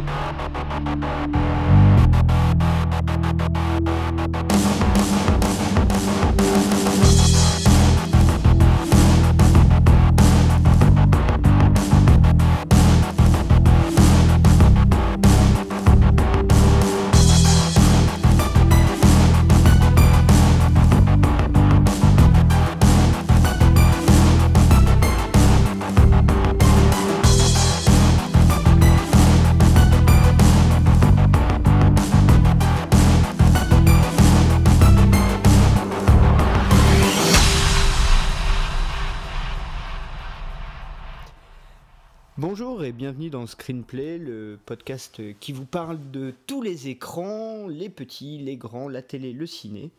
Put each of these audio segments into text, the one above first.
Bonjour et bienvenue dans Screenplay, le podcast qui vous parle de tous les écrans, les petits, les grands, la télé, le ciné.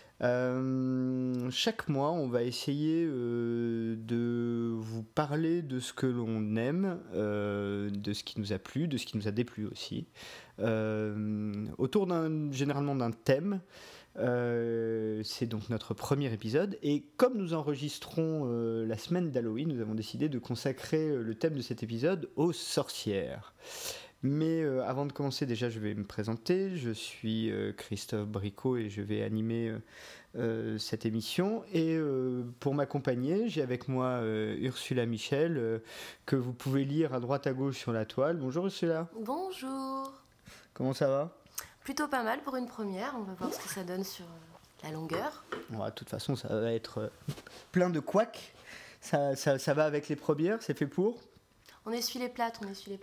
Chaque mois, on va essayer de vous parler de ce que l'on aime, de ce qui nous a plu, de ce qui nous a déplu aussi, autour généralement d'un thème. C'est donc notre premier épisode et comme nous enregistrons la semaine d'Halloween, nous avons décidé de consacrer le thème de cet épisode aux sorcières. Mais avant de commencer, déjà je vais me présenter. Je suis Christophe Bricot et je vais animer cette émission. Et pour m'accompagner, j'ai avec moi Ursula Michel, que vous pouvez lire à droite à gauche sur la toile. Bonjour Ursula. Bonjour. Comment ça va ? Plutôt pas mal pour une première, on va voir ce que ça donne sur la longueur. Ouais, de toute façon, ça va être plein de couacs. Ça va avec les premières, c'est fait pour. On essuie les plâtres.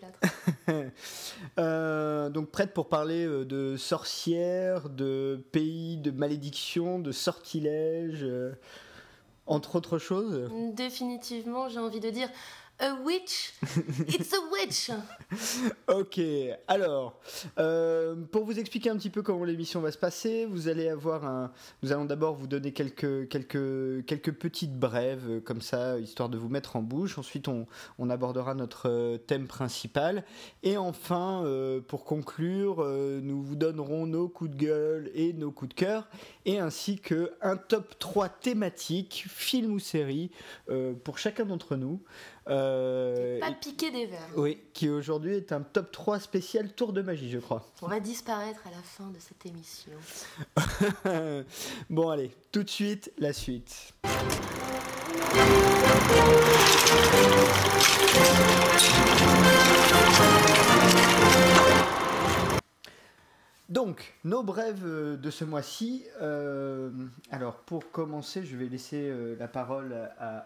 Donc prête pour parler de sorcières, de pays, de malédictions, de sortilèges, entre autres choses. Définitivement, j'ai envie de dire... A witch, it's a witch. Ok, alors, pour vous expliquer un petit peu comment l'émission va se passer, nous allons d'abord vous donner quelques petites brèves, comme ça, histoire de vous mettre en bouche. Ensuite, on abordera notre thème principal. Et enfin, pour conclure, nous vous donnerons nos coups de gueule et nos coups de cœur, et ainsi qu'un top 3 thématique, film ou série, pour chacun d'entre nous. Pas piquer des verres. Oui, qui aujourd'hui est un top 3 spécial tour de magie, je crois. On va disparaître à la fin de cette émission. Bon, allez, tout de suite, la suite. Donc, nos brèves de ce mois-ci. Alors, pour commencer, je vais laisser la parole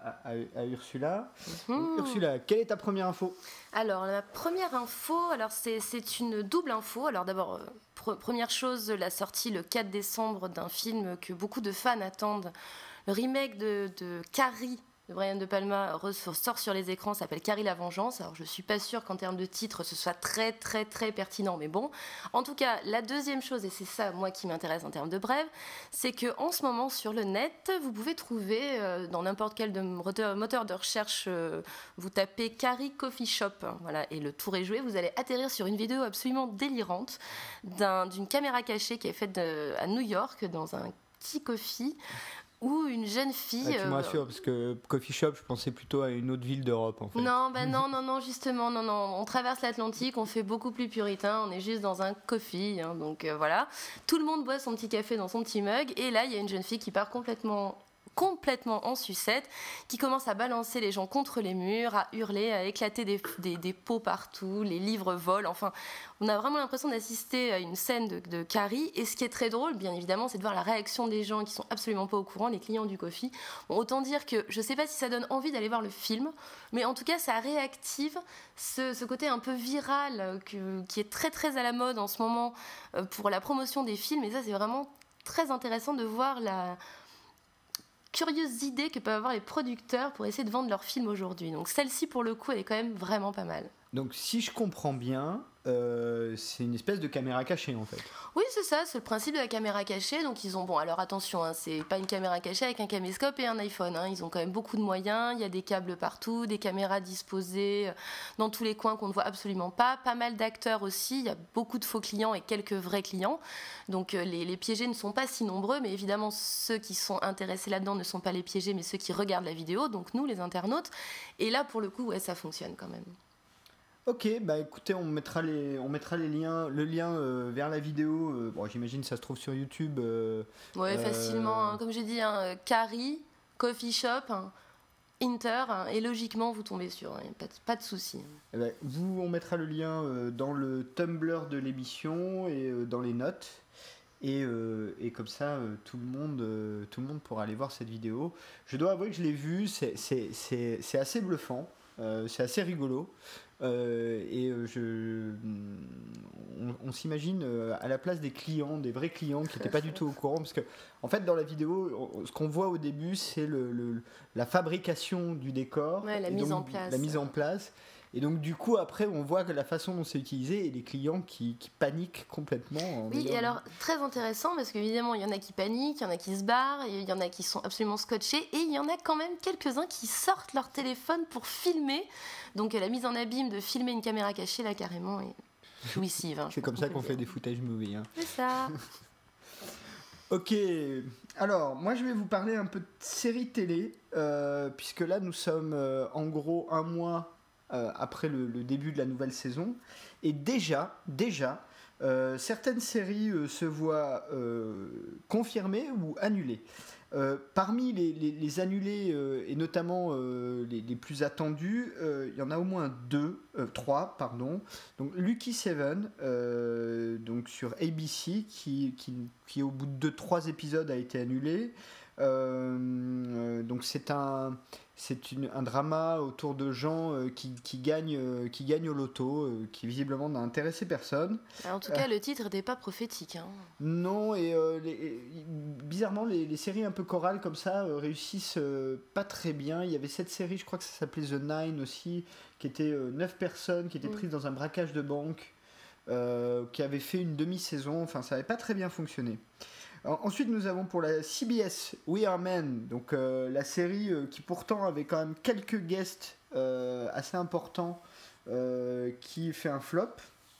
à Ursula. Ursula, quelle est ta première info ? Alors, la première info, c'est une double info. Alors d'abord, première chose, la sortie le 4 décembre d'un film que beaucoup de fans attendent. Le remake de Carrie de Brian De Palma sort sur les écrans, s'appelle Carrie la Vengeance. Alors je suis pas sûre qu'en termes de titre ce soit très très très pertinent, mais bon. En tout cas, la deuxième chose, et c'est ça moi qui m'intéresse en termes de brève, c'est que en ce moment sur le net, vous pouvez trouver dans n'importe quel moteur de recherche, vous tapez Carrie Coffee Shop, voilà, et le tour est joué. Vous allez atterrir sur une vidéo absolument délirante d'une caméra cachée qui est faite à New York dans un petit coffee. Ou une jeune fille... tu me rassures, parce que Coffee Shop, je pensais plutôt à une autre ville d'Europe, en fait. Non, justement, non. On traverse l'Atlantique, on fait beaucoup plus puritain, on est juste dans un coffee, donc voilà. Tout le monde boit son petit café dans son petit mug, et là, il y a une jeune fille qui part complètement en sucette, qui commence à balancer les gens contre les murs, à hurler, à éclater des pots partout, les livres volent, enfin, on a vraiment l'impression d'assister à une scène de Carrie, et ce qui est très drôle, bien évidemment, c'est de voir la réaction des gens qui sont absolument pas au courant, les clients du coffee. Bon, autant dire que je sais pas si ça donne envie d'aller voir le film, mais en tout cas, ça réactive ce côté un peu viral qui est très très à la mode en ce moment pour la promotion des films, et ça, c'est vraiment très intéressant de voir la curieuses idées que peuvent avoir les producteurs pour essayer de vendre leurs films aujourd'hui. Donc celle-ci, pour le coup, elle est quand même vraiment pas mal. Donc si je comprends bien, c'est une espèce de caméra cachée en fait. Oui, c'est ça, c'est le principe de la caméra cachée. Donc ils ont, bon, alors attention, c'est pas une caméra cachée avec un caméscope et un iPhone. Ils ont quand même beaucoup de moyens, il y a des câbles partout, des caméras disposées dans tous les coins qu'on ne voit absolument pas. Pas mal d'acteurs aussi, il y a beaucoup de faux clients et quelques vrais clients. Donc les piégés ne sont pas si nombreux, mais évidemment ceux qui sont intéressés là-dedans ne sont pas les piégés, mais ceux qui regardent la vidéo, donc nous les internautes. Et là pour le coup, ouais, ça fonctionne quand même. Ok, bah écoutez, on mettra les liens, le lien vers la vidéo. Bon, j'imagine que ça se trouve sur YouTube. Ouais, facilement. Comme j'ai dit, Carrie, Coffee Shop, Inter, et logiquement vous tombez sur. Pas de souci. Eh ben, on mettra le lien dans le Tumblr de l'émission et dans les notes. Et comme ça, tout le monde pourra aller voir cette vidéo. Je dois avouer que je l'ai vue, c'est assez bluffant, c'est assez rigolo. On s'imagine à la place des clients, des vrais clients qui n'étaient pas du tout au courant. Parce que, en fait, dans la vidéo, ce qu'on voit au début, c'est la fabrication du décor, la mise en place. La mise en place. Et donc du coup après on voit que la façon dont c'est utilisé et les clients qui paniquent complètement. Oui, et alors très intéressant parce qu'évidemment il y en a qui paniquent, il y en a qui se barrent, il y en a qui sont absolument scotchés et il y en a quand même quelques-uns qui sortent leur téléphone pour filmer. Donc la mise en abîme de filmer une caméra cachée là carrément est jouissive. C'est comme ça qu'on fait des footage movies. Hein. C'est ça. Ok, alors moi je vais vous parler un peu de séries télé puisque là nous sommes en gros un mois après le début de la nouvelle saison et déjà certaines séries se voient confirmées ou annulées. Parmi les annulés et notamment les plus attendus, il y en a au moins trois pardon. Donc Lucky Seven donc sur ABC qui au bout de 3 épisodes a été annulé. Donc c'est un drama autour de gens qui gagnent au loto, qui visiblement n'a intéressé personne. En tout cas, le titre n'était pas prophétique. Hein. Non, et bizarrement, les séries un peu chorales comme ça réussissent pas très bien. Il y avait cette série, je crois que ça s'appelait The Nine aussi, qui était 9 personnes, qui étaient prises dans un braquage de banque, qui avait fait une demi-saison. Enfin, ça n'avait pas très bien fonctionné. Ensuite, nous avons pour la CBS We Are Men, donc la série qui pourtant avait quand même quelques guests assez importants qui fait un flop.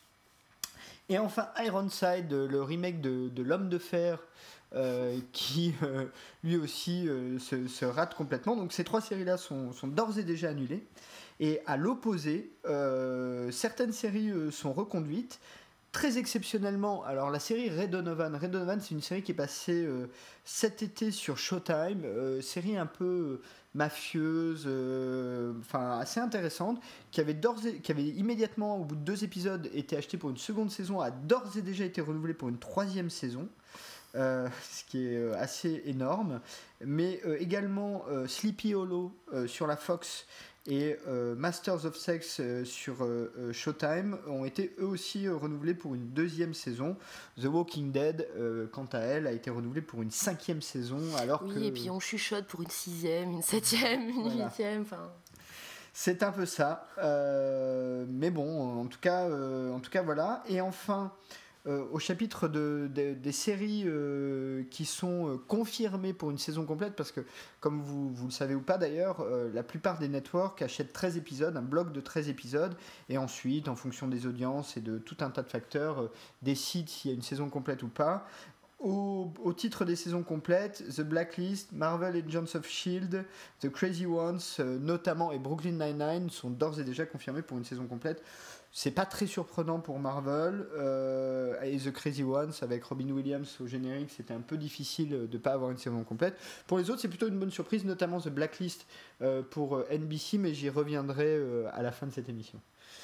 Et enfin Ironside, le remake de L'Homme de Fer, qui lui aussi se rate complètement. Donc ces 3 séries-là sont d'ores et déjà annulées. Et à l'opposé, certaines séries sont reconduites. Très exceptionnellement, alors la série Ray Donovan, c'est une série qui est passée cet été sur Showtime, série un peu mafieuse, enfin assez intéressante, qui avait immédiatement, au bout de 2 épisodes, été achetée pour une seconde saison, a d'ores et déjà été renouvelée pour une 3e saison. Ce qui est assez énorme, mais également Sleepy Hollow sur la Fox et Masters of Sex sur Showtime ont été eux aussi renouvelés pour une 2e saison. The Walking Dead, quant à elle, a été renouvelée pour une 5e saison, alors que... et puis on chuchote pour une 6e, une 7e, une 8e, enfin... C'est un peu ça, mais bon, en tout cas voilà. Et enfin... au chapitre des séries qui sont confirmées pour une saison complète, parce que comme vous le savez ou pas d'ailleurs, la plupart des networks achètent 13 épisodes, un bloc de 13 épisodes, et ensuite en fonction des audiences et de tout un tas de facteurs décident s'il y a une saison complète ou pas. Au titre des saisons complètes, The Blacklist, Marvel Agents of S.H.I.E.L.D., The Crazy Ones notamment, et Brooklyn Nine-Nine sont d'ores et déjà confirmés pour une saison complète. C'est pas très surprenant pour Marvel, et The Crazy Ones avec Robin Williams au générique, c'était un peu difficile de ne pas avoir une saison complète. Pour les autres, c'est plutôt une bonne surprise, notamment The Blacklist pour NBC, mais j'y reviendrai à la fin de cette émission.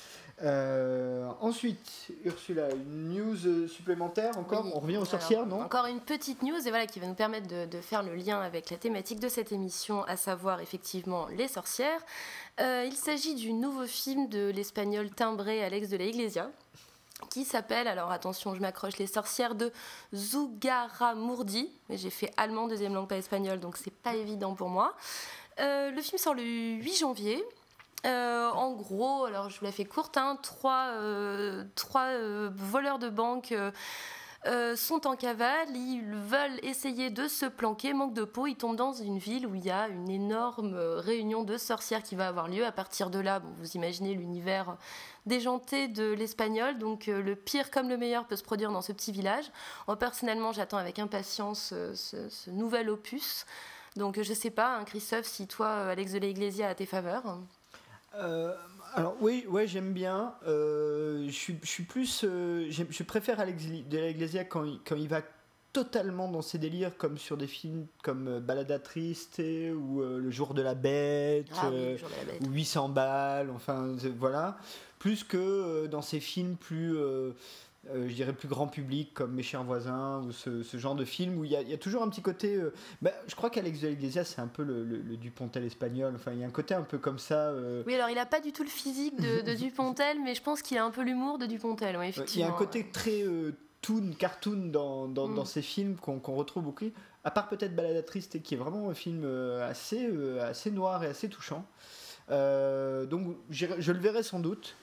Ensuite, Ursula, une news supplémentaire encore. Oui. On revient aux sorcières, non ? Encore une petite news et voilà, qui va nous permettre de faire le lien avec la thématique de cette émission, à savoir effectivement les sorcières. Il s'agit du nouveau film de l'espagnol timbré Alex de la Iglesia, qui s'appelle, alors attention je m'accroche, Les sorcières de Zugarramurdi, mais j'ai fait allemand, deuxième langue pas espagnol, donc c'est pas évident pour moi. Le film sort le 8 janvier. En gros, alors je vous la fais courte, trois voleurs de banque sont en cavale, ils veulent essayer de se planquer, manque de peau, ils tombent dans une ville où il y a une énorme réunion de sorcières qui va avoir lieu. À partir de là, vous imaginez l'univers déjanté de l'espagnol, donc le pire comme le meilleur peut se produire dans ce petit village. Moi personnellement, j'attends avec impatience ce nouvel opus. Donc je sais pas, Christophe, si toi, Alex de la Iglesia, a tes faveurs. Alors oui, ouais, j'aime bien. Je suis plus, je préfère de la Iglesia quand il va totalement dans ses délires, comme sur des films comme Balada Triste ou Le Jour de la Bête, Oui, Le Jour de la Bête. ou 800 balles, enfin voilà, plus que dans ces films plus je dirais plus grand public comme Mes chers voisins ou ce genre de film où il y a toujours un petit côté je crois qu'Alex de la Iglesia c'est un peu le Dupontel espagnol, enfin il y a un côté un peu comme ça Oui, alors il a pas du tout le physique de Dupontel, mais je pense qu'il a un peu l'humour de Dupontel, oui, effectivement. Il y a un côté très cartoon dans ces films qu'on retrouve beaucoup, à part peut-être Balada Triste qui est vraiment un film assez noir et assez touchant. Donc je le verrai sans doute.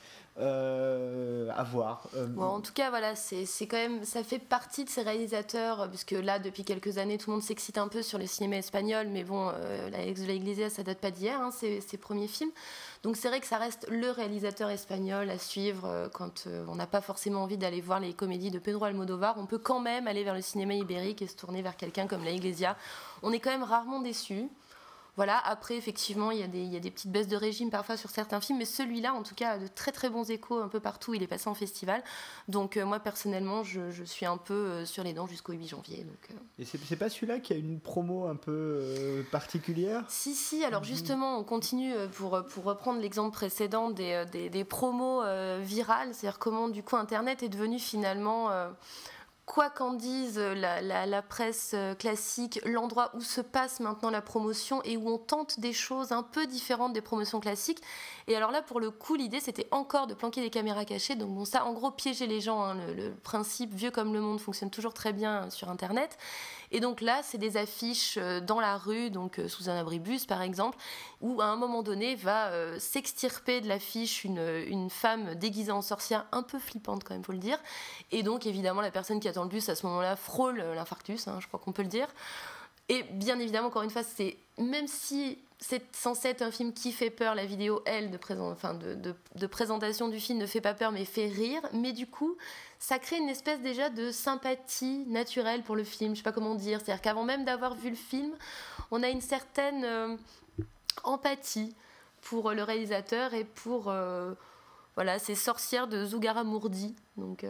À voir. Bon, en tout cas, voilà, c'est quand même, ça fait partie de ces réalisateurs, puisque là, depuis quelques années, tout le monde s'excite un peu sur le cinéma espagnol, mais bon, Alex de la Iglesia, ça date pas d'hier, hein, ses premiers films. Donc c'est vrai que ça reste le réalisateur espagnol à suivre quand on n'a pas forcément envie d'aller voir les comédies de Pedro Almodóvar. On peut quand même aller vers le cinéma ibérique et se tourner vers quelqu'un comme la Iglesia. On est quand même rarement déçus. Voilà, après, effectivement, il y a des petites baisses de régime parfois sur certains films, mais celui-là, en tout cas, a de très très bons échos un peu partout. Il est passé en festival. Donc, moi, personnellement, je suis un peu sur les dents jusqu'au 8 janvier. Donc, Et c'est pas celui-là qui a une promo un peu particulière ? Si, alors justement, on continue pour reprendre l'exemple précédent des promos virales, c'est-à-dire comment, du coup, Internet est devenu finalement... quoi qu'en dise la presse classique, l'endroit où se passe maintenant la promotion et où on tente des choses un peu différentes des promotions classiques. Et alors là, pour le coup, l'idée, c'était encore de planquer des caméras cachées. Donc bon, ça, en gros, piéger les gens. Hein. Le principe vieux comme le monde fonctionne toujours très bien sur Internet. Et donc là, c'est des affiches dans la rue, donc sous un abribus par exemple, où à un moment donné va s'extirper de l'affiche une femme déguisée en sorcière, un peu flippante quand même, faut le dire. Et donc évidemment, la personne qui attend le bus à ce moment-là frôle l'infarctus, hein, je crois qu'on peut le dire. Et bien évidemment, encore une fois, même si c'est censé être un film qui fait peur, la vidéo, elle, de présentation du film ne fait pas peur, mais fait rire. Mais du coup, ça crée une espèce déjà de sympathie naturelle pour le film. Je sais pas comment dire. C'est-à-dire qu'avant même d'avoir vu le film, on a une certaine empathie pour le réalisateur et pour ces sorcières de Zugarramurdi. Donc...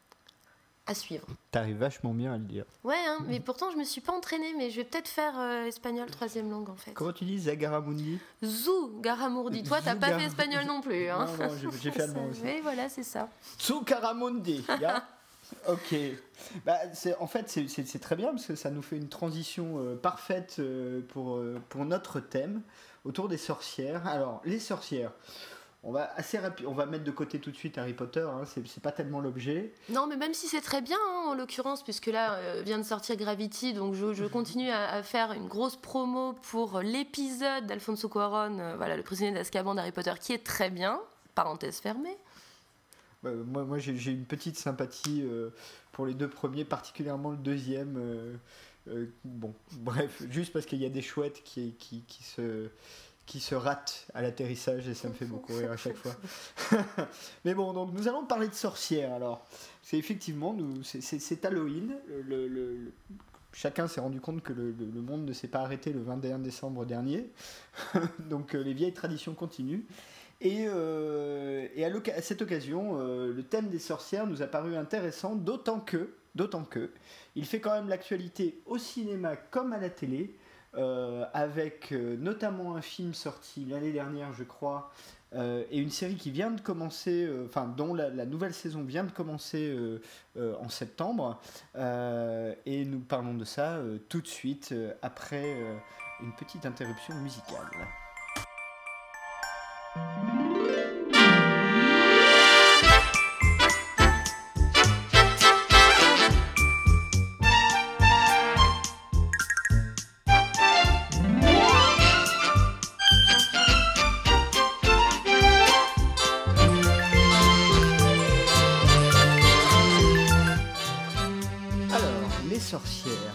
à suivre. T'arrives vachement bien à le dire. Ouais, hein, mais pourtant je me suis pas entraînée, mais je vais peut-être faire espagnol troisième langue en fait. Comment tu dis Zagaramundi ? Zugarramurdi. Toi, t'as pas fait espagnol non plus. Hein. Non, j'ai fait allemand aussi. Oui, voilà, c'est ça. Zugaramundi, yeah. Ok. En fait, c'est très bien parce que ça nous fait une transition parfaite pour notre thème autour des sorcières. Alors, les sorcières. On va mettre de côté tout de suite Harry Potter, hein, c'est pas tellement l'objet. Non, mais même si c'est très bien, hein, en l'occurrence, puisque là vient de sortir Gravity, donc je continue à faire une grosse promo pour l'épisode d'Alfonso Cuarón, le prisonnier d'Azkaban d'Harry Potter, qui est très bien, parenthèse fermée. Moi j'ai une petite sympathie pour les deux premiers, particulièrement le deuxième. Bon, bref, juste parce qu'il y a des chouettes qui se rate à l'atterrissage et ça me fait beaucoup rire à chaque fois. Mais bon, donc nous allons parler de sorcières alors. C'est effectivement, c'est Halloween. Chacun s'est rendu compte que le monde ne s'est pas arrêté le 21 décembre dernier. Donc les vieilles traditions continuent. Et à cette occasion, le thème des sorcières nous a paru intéressant, d'autant que il fait quand même l'actualité au cinéma comme à la télé. Avec notamment un film sorti l'année dernière, je crois, et une série qui vient de commencer, dont la nouvelle saison vient de commencer en septembre. Et nous parlons de ça tout de suite après une petite interruption musicale. Sorcières.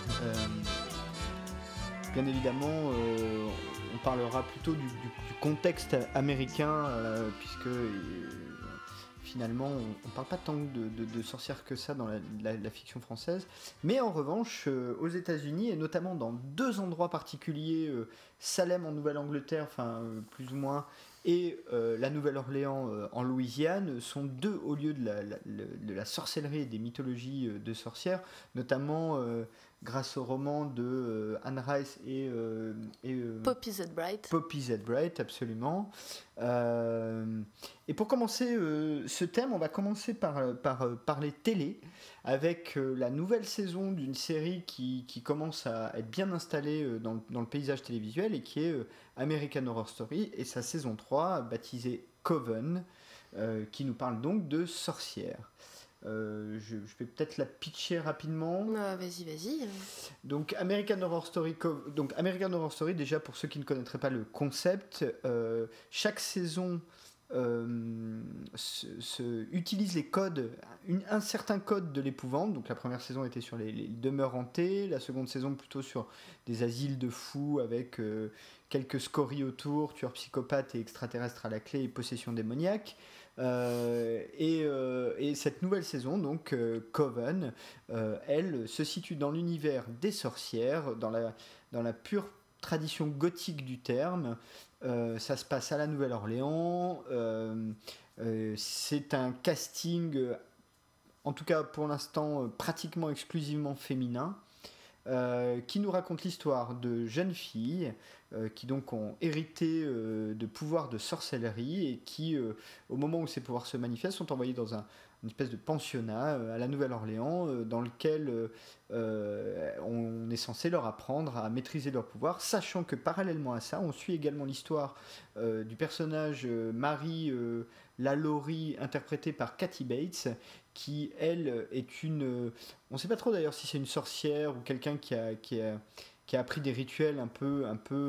Bien évidemment, on parlera plutôt du contexte américain, puisque finalement, on ne parle pas tant de sorcières que ça dans la fiction française. Mais en revanche, aux États-Unis, et notamment dans deux endroits particuliers, Salem en Nouvelle-Angleterre, plus ou moins, et la Nouvelle-Orléans en Louisiane sont deux hauts lieux de la sorcellerie et des mythologies de sorcières, notamment grâce au roman de Anne Rice et Poppy Z-Bright. Poppy Z-Bright, absolument. Et pour commencer ce thème, on va commencer par les télés, avec la nouvelle saison d'une série qui commence à être bien installée dans le paysage télévisuel et qui est American Horror Story, et sa saison 3, baptisée Coven, qui nous parle donc de sorcières. Je vais peut-être la pitcher rapidement. Vas-y. Donc American Horror Story, déjà pour ceux qui ne connaîtraient pas le concept, chaque saison utilise les codes, un certain code de l'épouvante. Donc la première saison était sur les demeures hantées, la seconde saison plutôt sur des asiles de fous avec quelques scories autour, tueurs psychopathes et extraterrestres à la clé et possession démoniaque. Et cette nouvelle saison, donc Coven, elle se situe dans l'univers des sorcières, dans la pure tradition gothique du terme. Ça se passe à la Nouvelle-Orléans. C'est un casting, en tout cas pour l'instant, pratiquement exclusivement féminin. Qui nous raconte l'histoire de jeunes filles qui donc ont hérité de pouvoirs de sorcellerie et qui, au moment où ces pouvoirs se manifestent, sont envoyés dans une espèce de pensionnat à la Nouvelle-Orléans dans lequel on est censé leur apprendre à maîtriser leurs pouvoirs, sachant que parallèlement à ça, on suit également l'histoire du personnage Marie Lalaurie, interprétée par Kathy Bates, qui, elle, est une... on ne sait pas trop d'ailleurs si c'est une sorcière ou quelqu'un qui a appris des rituels un peu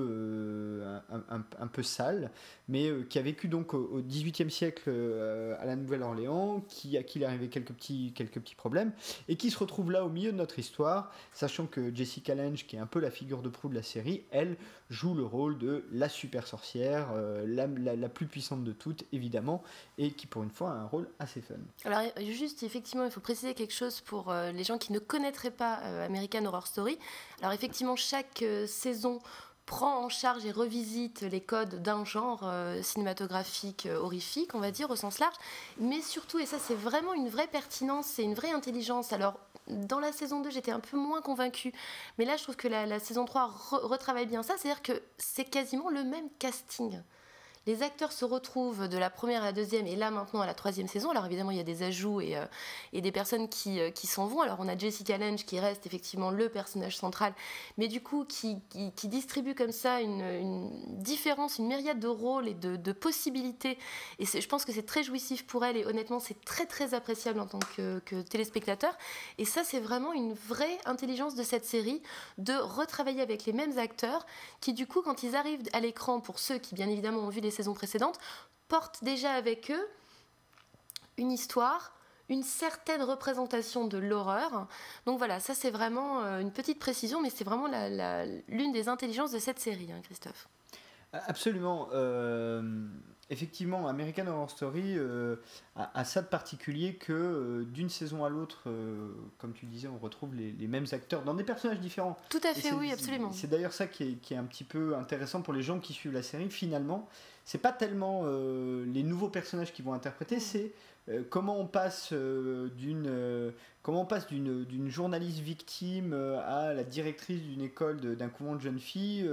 sales, mais qui a vécu donc au XVIIIe siècle à la Nouvelle-Orléans, à qui il est arrivé quelques petits problèmes, et qui se retrouve là au milieu de notre histoire, sachant que Jessica Lange, qui est un peu la figure de proue de la série, elle joue le rôle de la super sorcière, la plus puissante de toutes, évidemment, et qui pour une fois a un rôle assez fun. Alors juste, effectivement, il faut préciser quelque chose pour les gens qui ne connaîtraient pas American Horror Story. Alors effectivement, chaque saison prend en charge et revisite les codes d'un genre cinématographique horrifique, on va dire, au sens large, mais surtout, et ça c'est vraiment une vraie pertinence, c'est une vraie intelligence. Alors, dans la saison 2, j'étais un peu moins convaincue, mais là, je trouve que la saison 3 retravaille bien ça, c'est-à-dire que c'est quasiment le même casting. Les acteurs se retrouvent de la première à la deuxième et là maintenant à la troisième saison. Alors évidemment il y a des ajouts et des personnes qui s'en vont. Alors on a Jessica Lange qui reste effectivement le personnage central, mais du coup qui distribue comme ça une différence, une myriade de rôles et de possibilités. Et je pense que c'est très jouissif pour elle et honnêtement c'est très très appréciable en tant que téléspectateur. Et ça c'est vraiment une vraie intelligence de cette série de retravailler avec les mêmes acteurs qui du coup quand ils arrivent à l'écran, pour ceux qui bien évidemment ont vu les saisons précédentes, portent déjà avec eux une histoire, une certaine représentation de l'horreur. Donc voilà, ça c'est vraiment une petite précision, mais c'est vraiment l'une des intelligences de cette série, hein, Christophe. Absolument. Effectivement, American Horror Story a ça de particulier que d'une saison à l'autre, comme tu disais, on retrouve les mêmes acteurs dans des personnages différents. Tout à fait, oui, absolument. C'est d'ailleurs ça qui est un petit peu intéressant pour les gens qui suivent la série. Finalement, c'est pas tellement les nouveaux personnages qui vont interpréter, c'est comment on passe d'une journaliste victime à la directrice d'une école d'un couvent de jeunes filles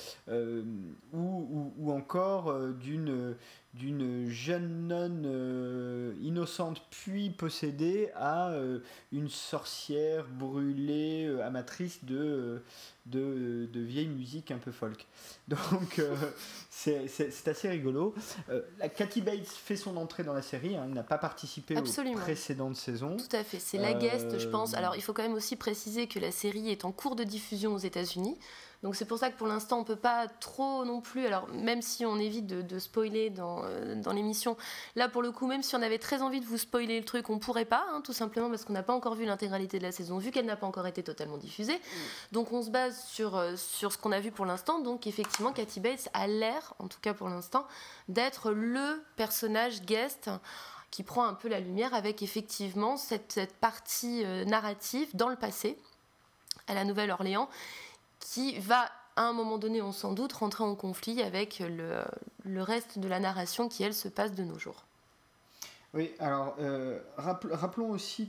ou encore d'une jeune nonne innocente puis possédée à une sorcière brûlée amatrice de vieille musique un peu folk. Donc c'est assez rigolo. La Kathy Bates fait son entrée dans la série, hein, elle n'a pas participé aux précédentes saisons. Tout à fait, c'est la guest, je pense. Alors il faut quand même aussi préciser que la série est en cours de diffusion aux États-Unis. Donc c'est pour ça que pour l'instant on ne peut pas trop non plus, alors même si on évite de spoiler dans l'émission, là pour le coup même si on avait très envie de vous spoiler le truc, on ne pourrait pas, hein, tout simplement parce qu'on n'a pas encore vu l'intégralité de la saison, vu qu'elle n'a pas encore été totalement diffusée. Donc on se base sur ce qu'on a vu pour l'instant, donc effectivement Kathy Bates a l'air, en tout cas pour l'instant, d'être le personnage guest qui prend un peu la lumière avec effectivement cette partie narrative dans le passé, à la Nouvelle-Orléans, qui va à un moment donné, on sans doute rentrer en conflit avec le reste de la narration qui, elle, se passe de nos jours. Oui, alors rappelons aussi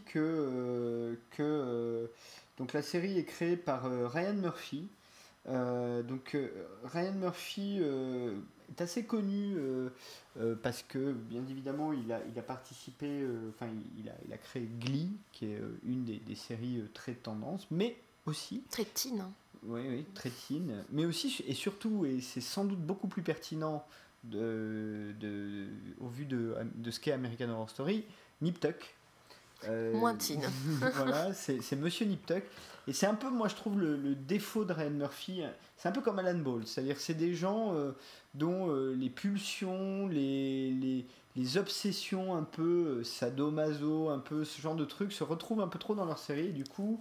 que donc la série est créée par Ryan Murphy. Ryan Murphy est assez connu parce que bien évidemment il a participé, il a créé Glee, qui est une des séries très tendance, mais aussi très teen. Hein. Oui, très teen, mais aussi et surtout, et c'est sans doute beaucoup plus pertinent au vu de ce qu'est American Horror Story, Nip Tuck. Moins teen. Voilà, c'est Monsieur Nip Tuck. Et c'est un peu, moi je trouve, le défaut de Ryan Murphy. C'est un peu comme Alan Ball. C'est-à-dire c'est des gens dont les pulsions, les obsessions un peu sadomaso, un peu ce genre de trucs se retrouvent un peu trop dans leur série. Et du coup,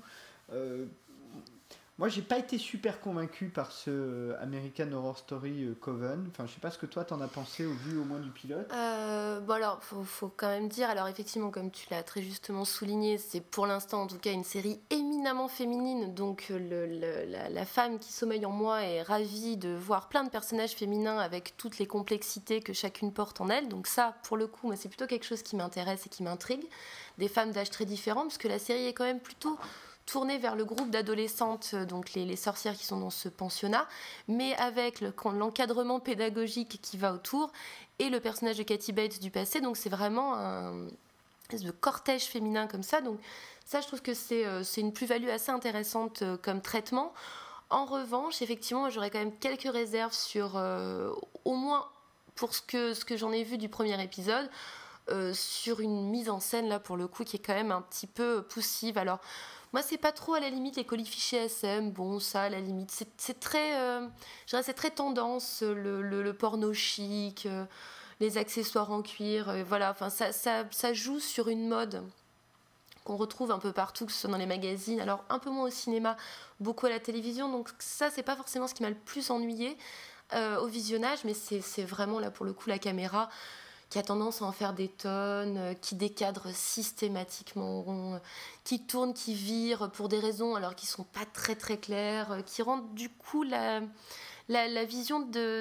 moi j'ai pas été super convaincu par ce American Horror Story Coven. Enfin, je sais pas ce que toi t'en as pensé au vu au moins du pilote. Bon alors, faut quand même dire, alors effectivement, comme tu l'as très justement souligné, c'est pour l'instant en tout cas une série éminemment féminine, donc la femme qui sommeille en moi est ravie de voir plein de personnages féminins avec toutes les complexités que chacune porte en elle, donc ça, pour le coup, moi, c'est plutôt quelque chose qui m'intéresse et qui m'intrigue, des femmes d'âge très différents, parce que la série est quand même plutôt tournée vers le groupe d'adolescentes, donc les sorcières qui sont dans ce pensionnat, mais avec l'encadrement pédagogique qui va autour, et le personnage de Kathy Bates du passé, donc c'est vraiment un espèce de cortège féminin comme ça, donc ça je trouve que c'est une plus-value assez intéressante comme traitement. En revanche, effectivement, j'aurais quand même quelques réserves sur, au moins pour ce que j'en ai vu du premier épisode, sur une mise en scène là pour le coup qui est quand même un petit peu poussive. Alors moi c'est pas trop à la limite les colifichés SM, bon ça à la limite c'est très je dirais c'est très tendance le porno chic, les accessoires en cuir, voilà, enfin ça joue sur une mode qu'on retrouve un peu partout, que ce soit dans les magazines, alors un peu moins au cinéma, beaucoup à la télévision, donc ça c'est pas forcément ce qui m'a le plus ennuyé au visionnage, mais c'est vraiment là pour le coup la caméra qui a tendance à en faire des tonnes, qui décadre systématiquement, qui tourne, qui vire pour des raisons alors qui sont pas très très claires, qui rendent du coup la vision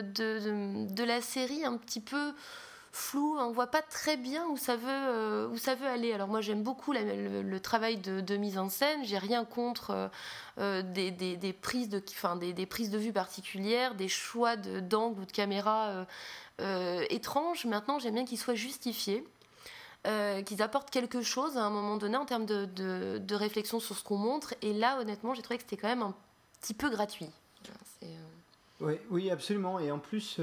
de la série un petit peu floue, on voit pas très bien où ça veut aller. Alors moi j'aime beaucoup le travail de mise en scène, j'ai rien contre des prises des prises de vue particulières, des choix d'angle ou de caméra étranges. Maintenant j'aime bien qu'ils soient justifiés, qu'ils apportent quelque chose à un moment donné en termes de réflexion sur ce qu'on montre, et là honnêtement j'ai trouvé que c'était quand même un petit peu gratuit. Oui, absolument, et en plus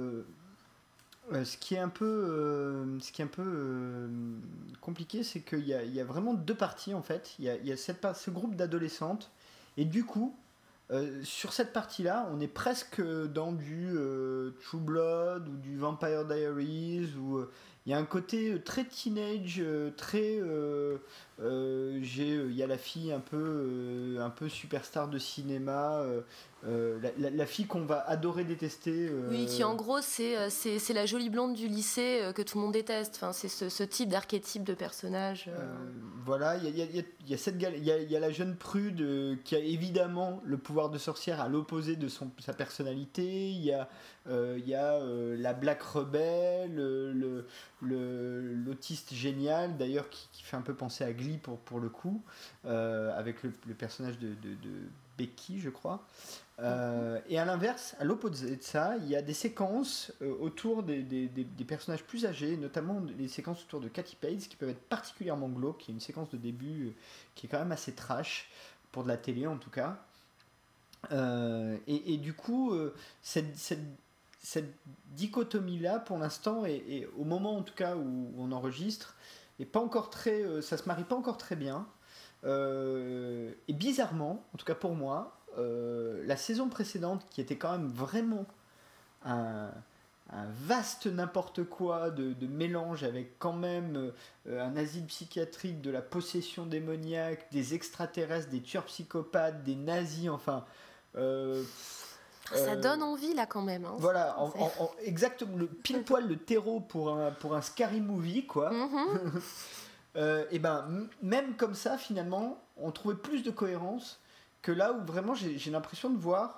ce qui est un peu compliqué, c'est qu'il y a vraiment deux parties en fait. Il y a ce groupe d'adolescentes, et du coup, sur cette partie-là, on est presque dans du True Blood ou du Vampire Diaries, où il y a un côté très teenage, très. Il y a la fille un peu superstar de cinéma. La fille qu'on va adorer détester. Oui, qui en gros c'est la jolie blonde du lycée que tout le monde déteste. Enfin, c'est ce type d'archétype de personnage. Voilà, il y a la jeune prude qui a évidemment le pouvoir de sorcière à l'opposé de sa personnalité. Il y a la black rebelle, l'autiste génial, d'ailleurs qui fait un peu penser à Glee pour le coup, avec le personnage de Becky, je crois. Et à l'inverse, à l'opposé de ça, il y a des séquences autour des personnages plus âgés, notamment des séquences autour de Kathy Bates qui peuvent être particulièrement glauques. Il y a une séquence de début qui est quand même assez trash, pour de la télé en tout cas. Et du coup, cette dichotomie-là, pour l'instant, et au moment en tout cas où on enregistre, est pas encore très, ça se marie pas encore très bien. Et bizarrement, en tout cas pour moi, la saison précédente, qui était quand même vraiment un vaste n'importe quoi de mélange avec quand même un asile psychiatrique, de la possession démoniaque, des extraterrestres, des tueurs psychopathes, des nazis, enfin... ça donne envie là quand même. Hein, voilà, exactement, pile poil le terreau pour un scary movie, quoi. Mm-hmm. Et ben, même comme ça, finalement, on trouvait plus de cohérence que là où vraiment j'ai l'impression de voir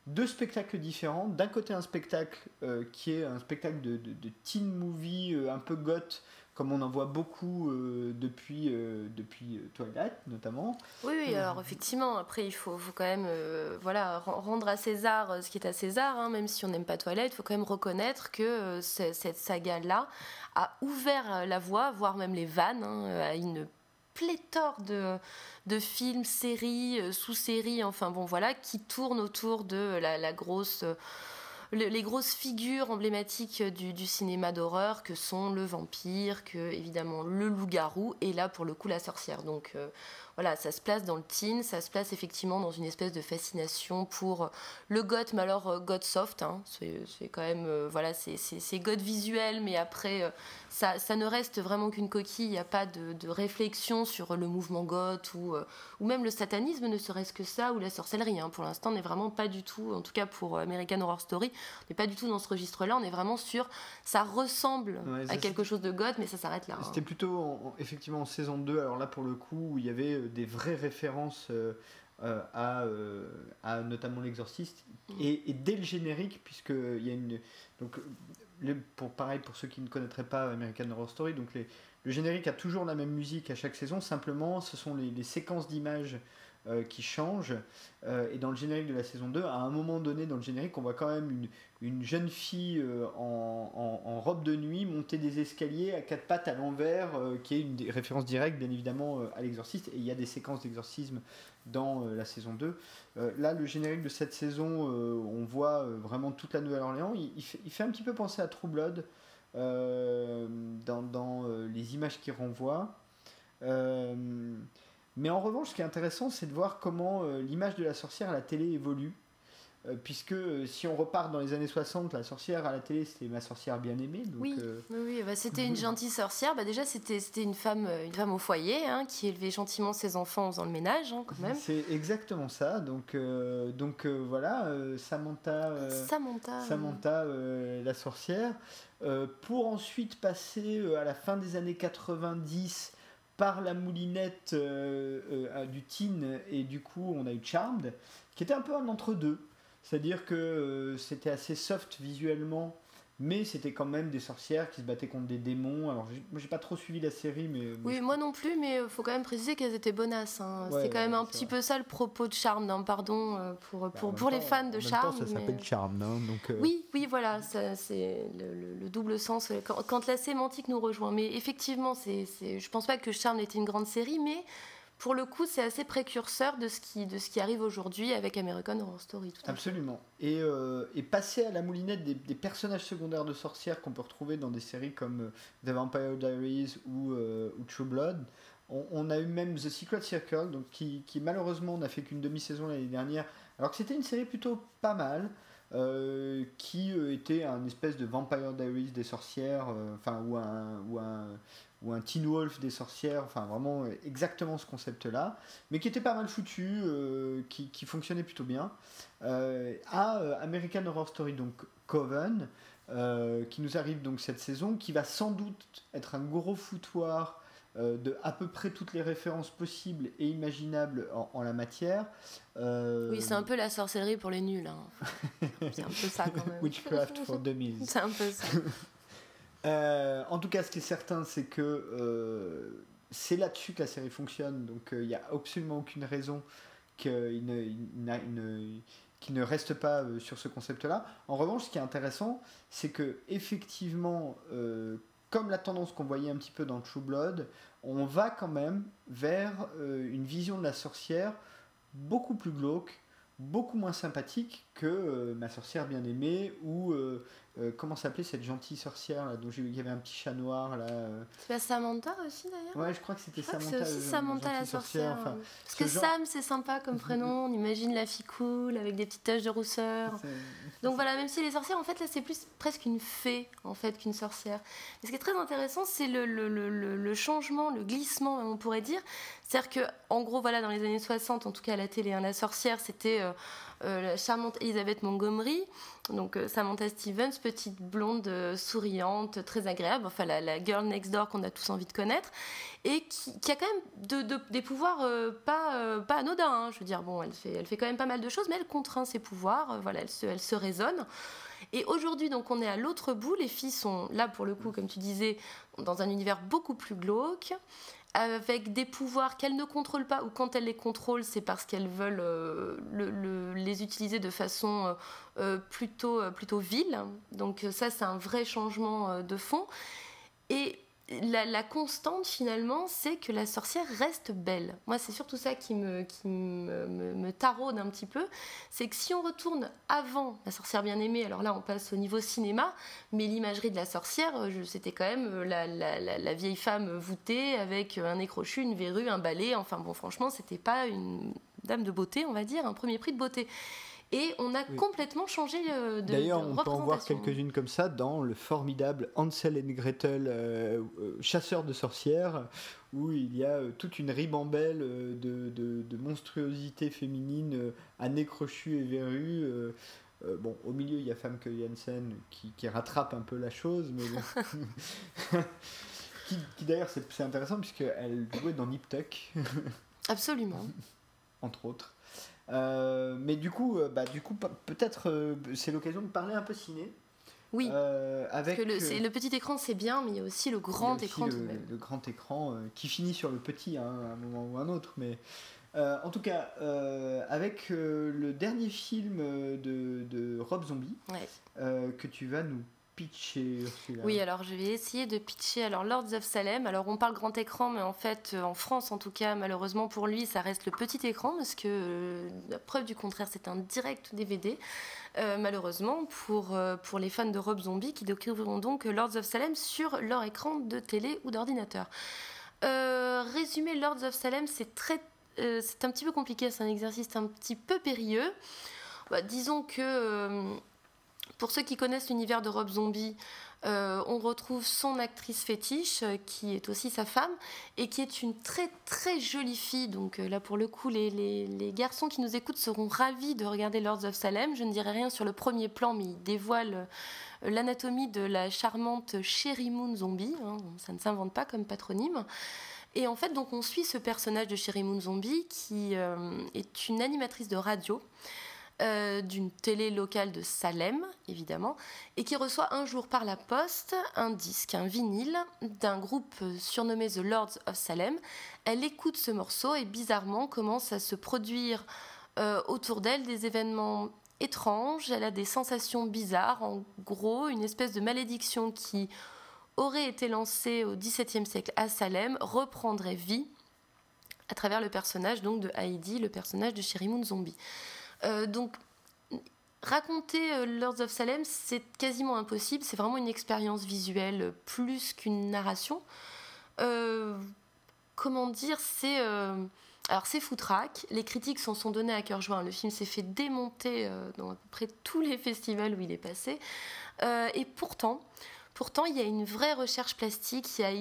2 spectacles différents. D'un côté, un spectacle qui est un spectacle de teen movie un peu goth, comme on en voit beaucoup depuis Twilight, notamment. Oui, alors effectivement, après, il faut quand même rendre à César ce qui est à César, hein, même si on n'aime pas Twilight, il faut quand même reconnaître que cette saga-là a ouvert la voie, voire même les vannes, hein, à une pléthore de films, séries, sous-séries, enfin bon voilà, qui tournent autour de la grosse... les grosses figures emblématiques du cinéma d'horreur que sont le vampire, que évidemment le loup-garou et là pour le coup la sorcière. Donc voilà, ça se place dans le teen, ça se place effectivement dans une espèce de fascination pour le goth, mais alors goth soft, hein, c'est quand même c'est goth visuel, mais après ça ne reste vraiment qu'une coquille, il n'y a pas de réflexion sur le mouvement goth ou même le satanisme, ne serait-ce que ça, ou la sorcellerie, hein. Pour l'instant on n'est vraiment pas du tout, en tout cas pour American Horror Story, on n'est pas du tout dans ce registre-là, on est vraiment sur ça ressemble à quelque chose de goth, mais ça s'arrête là. C'était plutôt effectivement en saison 2, alors là pour le coup, où il y avait des vraies références à notamment l'Exorciste, et dès le générique, puisqu'il y a une... Donc, pour ceux qui ne connaîtraient pas American Horror Story, donc le générique a toujours la même musique à chaque saison, simplement ce sont les séquences d'images qui changent, et dans le générique de la saison 2, à un moment donné dans le générique, on voit quand même une jeune fille en robe de nuit monter des escaliers à 4 pattes à l'envers, qui est une référence directe bien évidemment à l'Exorciste, et il y a des séquences d'exorcisme dans la saison 2. Là, le générique de cette saison, on voit vraiment toute la Nouvelle-Orléans. Il fait un petit peu penser à True Blood dans les images qu'il renvoie. Mais en revanche, ce qui est intéressant, c'est de voir comment l'image de la sorcière à la télé évolue. Puisque si on repart dans les années 60, la sorcière à la télé, c'était Ma sorcière bien-aimée. Donc, oui, c'était une gentille sorcière. Déjà, c'était une femme au foyer, hein, qui élevait gentiment ses enfants en faisant le ménage, hein, quand même. C'est exactement ça. Donc voilà, Samantha, la sorcière. Pour ensuite passer à la fin des années 90 par la moulinette du teen, et du coup on a eu Charmed, qui était un peu un entre-deux. C'est-à-dire que c'était assez soft visuellement, mais c'était quand même des sorcières qui se battaient contre des démons. Alors moi j'ai pas trop suivi la série, mais oui, moi non plus, mais faut quand même préciser qu'elles étaient bonasses, hein. C'était quand même un petit peu ça le propos de Charmed, hein, pardon pour les fans de Charmed. Ça s'appelle Charmed, hein, donc oui, voilà, ça, c'est le double sens quand la sémantique nous rejoint. Mais effectivement, je pense pas que Charmed était une grande série, mais pour le coup, c'est assez précurseur de ce qui arrive aujourd'hui avec American Horror Story. Absolument. Et passer à la moulinette des personnages secondaires de sorcières qu'on peut retrouver dans des séries comme The Vampire Diaries ou True Blood. On a eu même The Secret Circle, donc qui malheureusement n'a fait qu'une demi-saison l'année dernière, alors que c'était une série plutôt pas mal, qui était un espèce de Vampire Diaries des sorcières, ou un Teen Wolf des sorcières, enfin vraiment exactement ce concept-là, mais qui était pas mal foutu, qui fonctionnait plutôt bien. American Horror Story, donc Coven, qui nous arrive donc cette saison, qui va sans doute être un gros foutoir de à peu près toutes les références possibles et imaginables en la matière. Oui, c'est un peu la sorcellerie pour les nuls, hein. C'est un peu ça quand même. Witchcraft for Dummies. C'est un peu ça. En tout cas, ce qui est certain, c'est que c'est là-dessus que la série fonctionne, donc il n'y a absolument aucune raison qu'il ne reste pas sur ce concept-là. En revanche, ce qui est intéressant, c'est que effectivement, comme la tendance qu'on voyait un petit peu dans True Blood, on va quand même vers une vision de la sorcière beaucoup plus glauque, beaucoup moins sympathique que Ma sorcière bien-aimée, ou comment s'appelait cette gentille sorcière là, dont il y avait un petit chat noir là. C'est pas Samantha aussi d'ailleurs. Ouais, je crois que c'était Samantha. C'est aussi Samantha la sorcière. Parce que Sam c'est sympa comme prénom, on imagine la fille cool avec des petites taches de rousseur. Donc voilà, même si les sorcières en fait là c'est plus presque une fée en fait qu'une sorcière. Et ce qui est très intéressant c'est le changement, le glissement on pourrait dire. C'est-à-dire que en gros voilà dans les années 60 en tout cas à la télé, hein, la sorcière c'était la charmante Elizabeth Montgomery, donc Samantha Stevens, petite blonde souriante, très agréable, enfin la girl next door qu'on a tous envie de connaître, et qui a quand même des pouvoirs pas anodins, hein. Je veux dire, bon, elle fait quand même pas mal de choses, mais elle contraint ses pouvoirs, voilà, elle se raisonne. Et aujourd'hui, donc, on est à l'autre bout. Les filles sont là, pour le coup, comme tu disais, dans un univers beaucoup plus glauque, avec des pouvoirs qu'elles ne contrôlent pas, ou quand elles les contrôlent, c'est parce qu'elles veulent les utiliser de façon plutôt vile. Donc ça, c'est un vrai changement de fond. Et la constante, finalement, c'est que la sorcière reste belle. Moi, c'est surtout ça qui me taraude un petit peu. C'est que si on retourne avant La sorcière bien-aimée, alors là, on passe au niveau cinéma, mais l'imagerie de la sorcière, c'était quand même la vieille femme voûtée avec un nez crochu, une verrue, un balai. Enfin bon, franchement, c'était pas une dame de beauté, on va dire, un premier prix de beauté. Et on a complètement changé de D'ailleurs, on peut en voir représentation. quelques-unes comme ça dans le formidable Hansel et Gretel, chasseurs de sorcières, où il y a toute une ribambelle de monstruosités féminines à nez crochu et verru. Bon, au milieu, il y a Famke Janssen qui rattrape un peu la chose, mais bon. qui d'ailleurs, c'est intéressant, puisqu'elle jouait dans Nip Tuck. Absolument. Entre autres. Mais du coup, peut-être c'est l'occasion de parler un peu ciné. Oui, avec parce que le petit écran c'est bien, mais il y a aussi le grand écran tout de même. Le grand écran qui finit sur le petit, hein, à un moment ou un autre. Mais en tout cas, avec le dernier film de Rob Zombie, que tu vas nous pitcher. Oui, alors je vais essayer de pitcher. Alors Lords of Salem, alors on parle grand écran, mais en fait, en France en tout cas, malheureusement pour lui, ça reste le petit écran, parce que la preuve du contraire, c'est un direct DVD. Malheureusement pour les fans de Rob Zombie qui découvriront donc Lords of Salem sur leur écran de télé ou d'ordinateur. Résumer Lords of Salem, c'est un petit peu compliqué, c'est un exercice un petit peu périlleux. Disons que pour ceux qui connaissent l'univers de Rob Zombie, on retrouve son actrice fétiche, qui est aussi sa femme, et qui est une très très jolie fille. Donc là, pour le coup, les garçons qui nous écoutent seront ravis de regarder Lords of Salem. Je ne dirai rien sur le premier plan, mais il dévoile l'anatomie de la charmante Sherry Moon Zombie. Hein, ça ne s'invente pas comme patronyme. Et en fait, donc, on suit ce personnage de Sherry Moon Zombie, qui est une animatrice de radio, d'une télé locale de Salem, évidemment, et qui reçoit un jour par la poste un disque, un vinyle, d'un groupe surnommé The Lords of Salem. Elle écoute ce morceau et bizarrement commence à se produire autour d'elle des événements étranges. Elle a des sensations bizarres, en gros, une espèce de malédiction qui aurait été lancée au XVIIe siècle à Salem reprendrait vie à travers le personnage donc, de Heidi, le personnage de Sherry Moon Zombie. Donc, raconter Lords of Salem, c'est quasiment impossible. C'est vraiment une expérience visuelle plus qu'une narration. Comment dire, alors c'est foutraque. Les critiques s'en sont données à cœur joie. Le film s'est fait démonter dans à peu près tous les festivals où il est passé. Et pourtant, il y a une vraie recherche plastique. Il y a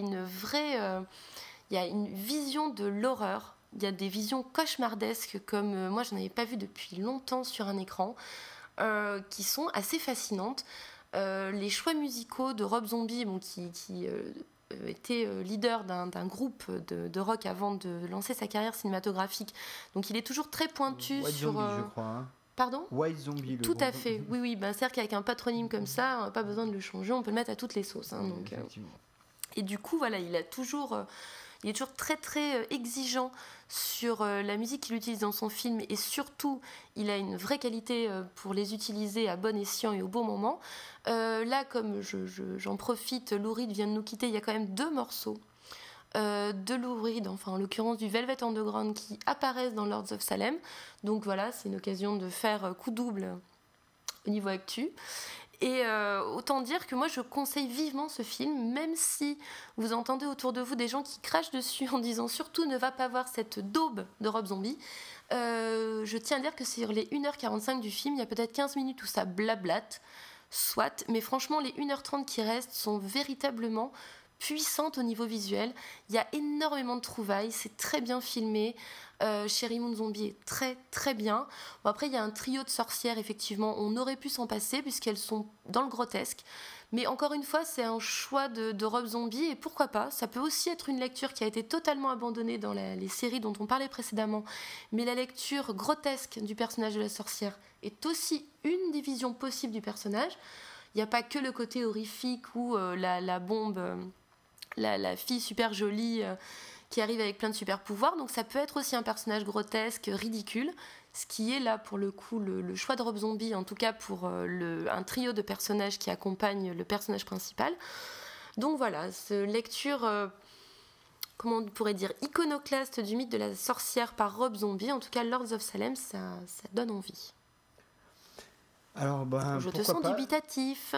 une vision de l'horreur. Il y a des visions cauchemardesques comme moi, je n'en avais pas vu depuis longtemps sur un écran, qui sont assez fascinantes. Les choix musicaux de Rob Zombie, qui était leader d'un groupe de rock avant de lancer sa carrière cinématographique. Donc il est toujours très pointu White sur... Zombie, je crois. Hein. Pardon ? White Zombie. Tout à fait, oui. C'est-à-dire qu'avec un patronyme comme ça, on n'a pas besoin de le changer, on peut le mettre à toutes les sauces. Hein, donc, et du coup, voilà, il est toujours très très exigeant sur la musique qu'il utilise dans son film, et surtout il a une vraie qualité pour les utiliser à bon escient et au bon moment. Là, comme j'en profite, Lou Reed vient de nous quitter, il y a quand même 2 morceaux de Lou Reed, enfin en l'occurrence du Velvet Underground, qui apparaissent dans Lords of Salem. Donc voilà, c'est une occasion de faire coup double au niveau actu. Et autant dire que moi je conseille vivement ce film, même si vous entendez autour de vous des gens qui crachent dessus en disant surtout ne va pas voir cette daube de Rob Zombie. Je tiens à dire que sur les 1h45 du film, il y a peut-être 15 minutes où ça blablate, soit, mais franchement les 1h30 qui restent sont véritablement puissante au niveau visuel. Il y a énormément de trouvailles, c'est très bien filmé. Sherry Moon Zombie est très très bien. Bon, après, il y a un trio de sorcières, effectivement, on aurait pu s'en passer puisqu'elles sont dans le grotesque. Mais encore une fois, c'est un choix de Rob Zombie et pourquoi pas. Ça peut aussi être une lecture qui a été totalement abandonnée dans les séries dont on parlait précédemment. Mais la lecture grotesque du personnage de la sorcière est aussi une division possible du personnage. Il n'y a pas que le côté horrifique ou la bombe, la fille super jolie qui arrive avec plein de super pouvoirs. Donc ça peut être aussi un personnage grotesque, ridicule. Ce qui est là pour le coup le choix de Rob Zombie, en tout cas pour un trio de personnages qui accompagnent le personnage principal. Donc voilà, cette lecture, comment on pourrait dire, iconoclaste du mythe de la sorcière par Rob Zombie, en tout cas Lords of Salem, ça donne envie. Alors, je te sens dubitatif.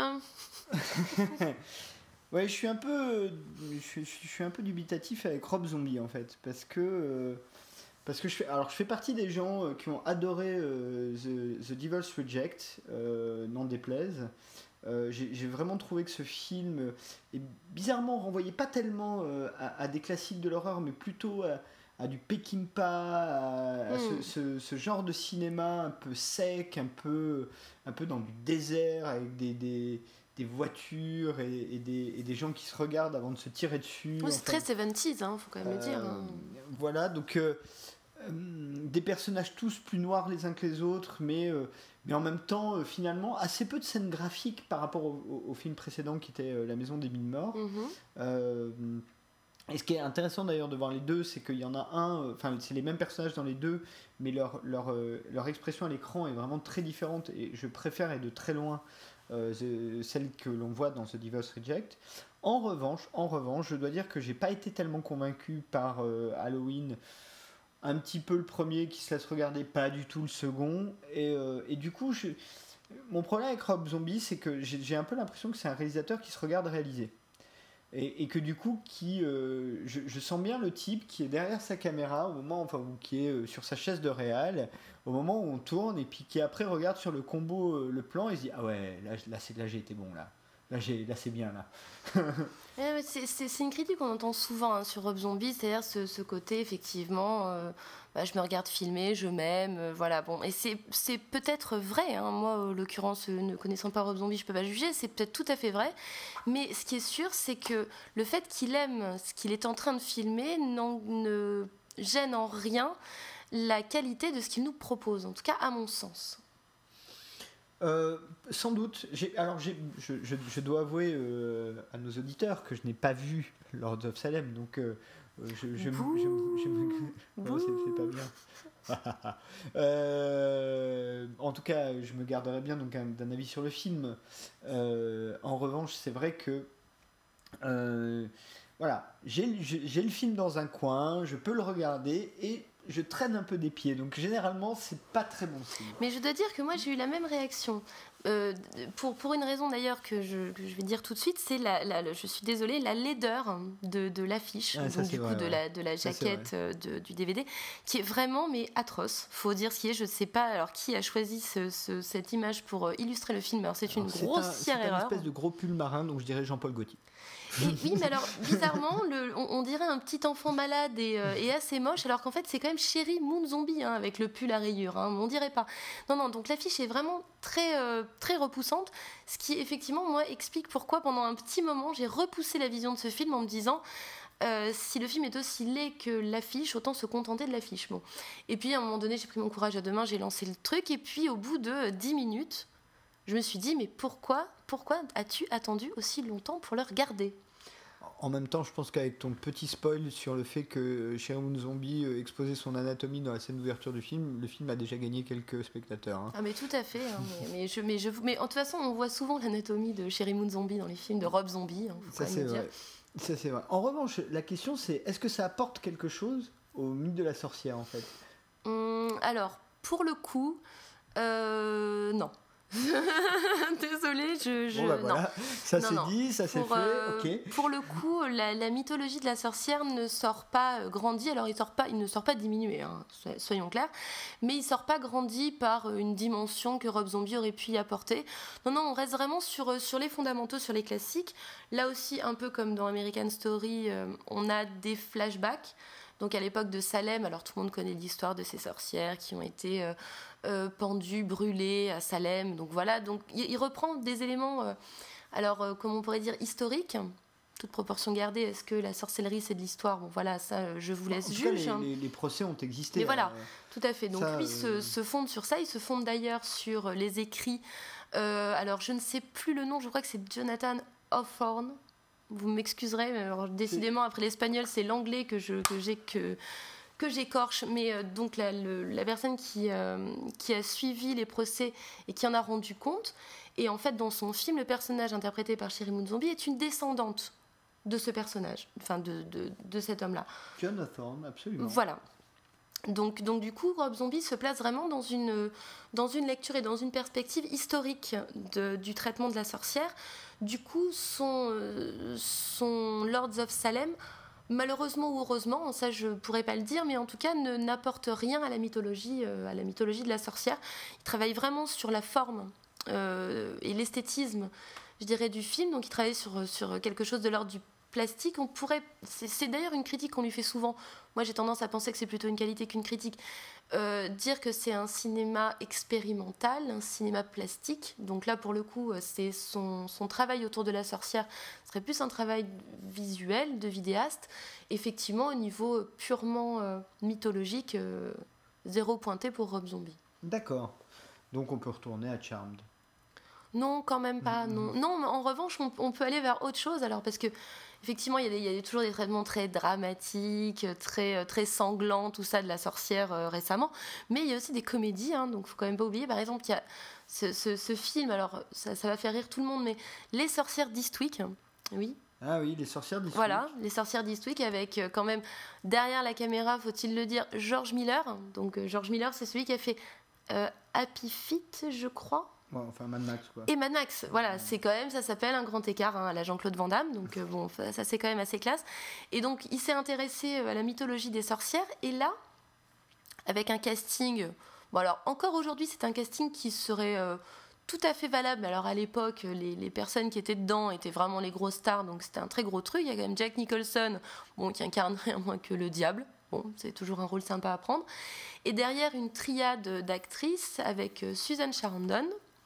Ouais, je suis un peu dubitatif avec Rob Zombie en fait, parce que je fais partie des gens qui ont adoré The Devil's Reject, n'en déplaise. J'ai vraiment trouvé que ce film est bizarrement renvoyé pas tellement à des classiques de l'horreur, mais plutôt à du Peckinpah, à ce genre de cinéma un peu sec, un peu dans du désert, avec des voitures et des gens qui se regardent avant de se tirer dessus. Oui, c'est très 70s, faut quand même le dire. Voilà, donc des personnages tous plus noirs les uns que les autres, mais en même temps, finalement, assez peu de scènes graphiques par rapport au film précédent qui était La Maison des Mille Morts. Et ce qui est intéressant d'ailleurs de voir les deux, c'est qu'il y en a un, c'est les mêmes personnages dans les deux, mais leur expression à l'écran est vraiment très différente, et je préfère, et de très loin, celle que l'on voit dans The Devil's Reject. En revanche, je dois dire que j'ai pas été tellement convaincu par Halloween. Un petit peu le premier qui se laisse regarder, pas du tout le second. Et du coup, mon problème avec Rob Zombie, c'est que j'ai un peu l'impression que c'est un réalisateur qui se regarde réaliser. Et que du coup, je sens bien le type qui est derrière sa caméra, au moment, ou qui est sur sa chaise de réal, au moment où on tourne, et puis qui après regarde sur le combo, le plan, et se dit ah ouais, là j'ai été bon là. Là c'est bien là. C'est une critique qu'on entend souvent sur Rob Zombie, c'est-à-dire ce côté effectivement, je me regarde filmer, je m'aime, voilà bon. Et c'est peut-être vrai, moi en l'occurrence ne connaissant pas Rob Zombie, je peux pas juger, c'est peut-être tout à fait vrai. Mais ce qui est sûr, c'est que le fait qu'il aime ce qu'il est en train de filmer ne gêne en rien la qualité de ce qu'il nous propose, en tout cas à mon sens. Sans doute. Je dois avouer à nos auditeurs que je n'ai pas vu Lords of Salem, donc c'est pas bien. En tout cas, je me garderai bien donc d'un avis sur le film. En revanche, c'est vrai que voilà, j'ai le film dans un coin, je peux le regarder et je traîne un peu des pieds, donc généralement c'est pas très bon signe. Mais je dois dire que moi j'ai eu la même réaction, pour une raison d'ailleurs que je vais dire tout de suite, c'est je suis désolée, la laideur de l'affiche, donc du coup de la jaquette du DVD, qui est vraiment mais atroce, faut dire ce qui est. Je sais pas alors qui a choisi cette image pour illustrer le film, alors c'est une grossière erreur. C'est une espèce de gros pull marin, donc je dirais Jean-Paul Gaultier. Et oui, mais alors bizarrement, on dirait un petit enfant malade et assez moche, alors qu'en fait c'est quand même Sherry Moon Zombie avec le pull à rayures. On dirait pas. Non, donc l'affiche est vraiment très très repoussante, ce qui effectivement moi explique pourquoi pendant un petit moment j'ai repoussé la vision de ce film en me disant si le film est aussi laid que l'affiche, autant se contenter de l'affiche. Bon. Et puis à un moment donné, j'ai pris mon courage à deux mains, j'ai lancé le truc, et puis au bout de 10 minutes, je me suis dit mais pourquoi as-tu attendu aussi longtemps pour le regarder ? En même temps, je pense qu'avec ton petit spoil sur le fait que Sherry Moon Zombie exposait son anatomie dans la scène d'ouverture du film, le film a déjà gagné quelques spectateurs. Ah mais tout à fait. Mais en toute façon, on voit souvent l'anatomie de Sherry Moon Zombie dans les films de Rob Zombie. Ça c'est vrai. Ça c'est vrai. En revanche, la question c'est est-ce que ça apporte quelque chose au mythe de la sorcière en fait ? Alors pour le coup, non. Désolée, Bon, bah, voilà. non. Ça Non, c'est non. dit, ça c'est fait, ok. Pour le coup, la mythologie de la sorcière ne sort pas grandie. Alors, il ne sort pas diminué, hein, soyons clairs, mais il sort pas grandi par une dimension que Rob Zombie aurait pu y apporter. Non, non, on reste vraiment sur les fondamentaux, sur les classiques. Là aussi, un peu comme dans American Story, on a des flashbacks. Donc à l'époque de Salem, alors tout le monde connaît l'histoire de ces sorcières qui ont été pendues, brûlées à Salem. Donc voilà, donc il reprend des éléments, comme on pourrait dire, historiques, toute proportion gardée. Est-ce que la sorcellerie c'est de l'histoire? Bon voilà, ça je vous laisse juger. Les procès ont existé. Mais voilà, tout à fait. Donc ça, lui se fonde sur ça. Il se fonde d'ailleurs sur les écrits. Alors je ne sais plus le nom, je crois que c'est Jonathan Hawthorne. Vous m'excuserez, mais alors, décidément, après l'espagnol, c'est l'anglais que j'écorche. Mais donc, la personne qui a suivi les procès et qui en a rendu compte. Et en fait, dans son film, le personnage interprété par Sheri Moon Zombie est une descendante de ce personnage, enfin de cet homme-là. Jonathan, absolument. Voilà. Donc du coup, Rob Zombie se place vraiment dans une lecture et dans une perspective historique du traitement de la sorcière. Du coup, son Lords of Salem, malheureusement ou heureusement, ça je pourrais pas le dire, mais en tout cas n'apporte rien à la mythologie de la sorcière. Il travaille vraiment sur la forme et l'esthétisme, je dirais, du film. Donc il travaille sur quelque chose de l'ordre du plastique. C'est d'ailleurs une critique qu'on lui fait souvent. Moi j'ai tendance à penser que c'est plutôt une qualité qu'une critique. Dire que c'est un cinéma expérimental, un cinéma plastique. Donc là pour le coup c'est son travail autour de la sorcière serait plus un travail visuel de vidéaste. Effectivement au niveau purement mythologique, zéro pointé pour Rob Zombie. D'accord. Donc on peut retourner à Charmed. Non, quand même pas. Non, mais en revanche, on peut aller vers autre chose. Alors, parce que effectivement, il y a toujours des traitements très dramatiques, très sanglants, tout ça de la sorcière récemment. Mais il y a aussi des comédies, hein, donc faut quand même pas oublier. Par exemple, il y a ce film. Alors, ça va faire rire tout le monde, mais Les Sorcières d'Eastwick. Oui. Ah oui, Les Sorcières d'Eastwick. Voilà, Les Sorcières d'Eastwick avec quand même derrière la caméra, faut-il le dire, George Miller. Donc George Miller, c'est celui qui a fait Happy Feet, je crois. Ouais, enfin Mad Max quoi. Et Mad Max, voilà, c'est quand même, ça s'appelle Un grand écart, hein, à la Jean-Claude Van Damme, donc bon, ça c'est quand même assez classe. Et donc il s'est intéressé à la mythologie des sorcières, et là, avec un casting, bon alors encore aujourd'hui c'est un casting qui serait tout à fait valable. Alors à l'époque, les personnes qui étaient dedans étaient vraiment les grosses stars, donc c'était un très gros truc. Il y a quand même Jack Nicholson, bon, qui incarne rien moins que le diable. Bon, c'est toujours un rôle sympa à prendre. Et derrière, une triade d'actrices avec Susan Sarandon,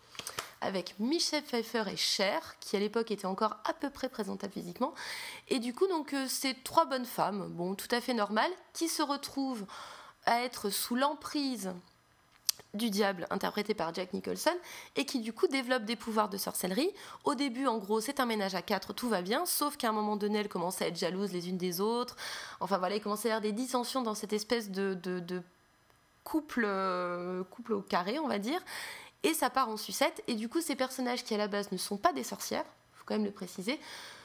avec Michelle Pfeiffer et Cher, qui à l'époque étaient encore à peu près présentables physiquement. Et du coup, donc, c'est trois bonnes femmes, bon, tout à fait normales, qui se retrouvent à être sous l'emprise du diable, interprété par Jack Nicholson, et qui du coup développe des pouvoirs de sorcellerie. Au début, en gros, c'est un ménage à quatre, tout va bien, sauf qu'à un moment donné, elles commencent à être jalouses les unes des autres. Enfin voilà, il commence à y avoir des dissensions dans cette espèce de couple au carré, on va dire. Et ça part en sucette, et du coup ces personnages qui à la base ne sont pas des sorcières, il faut quand même le préciser,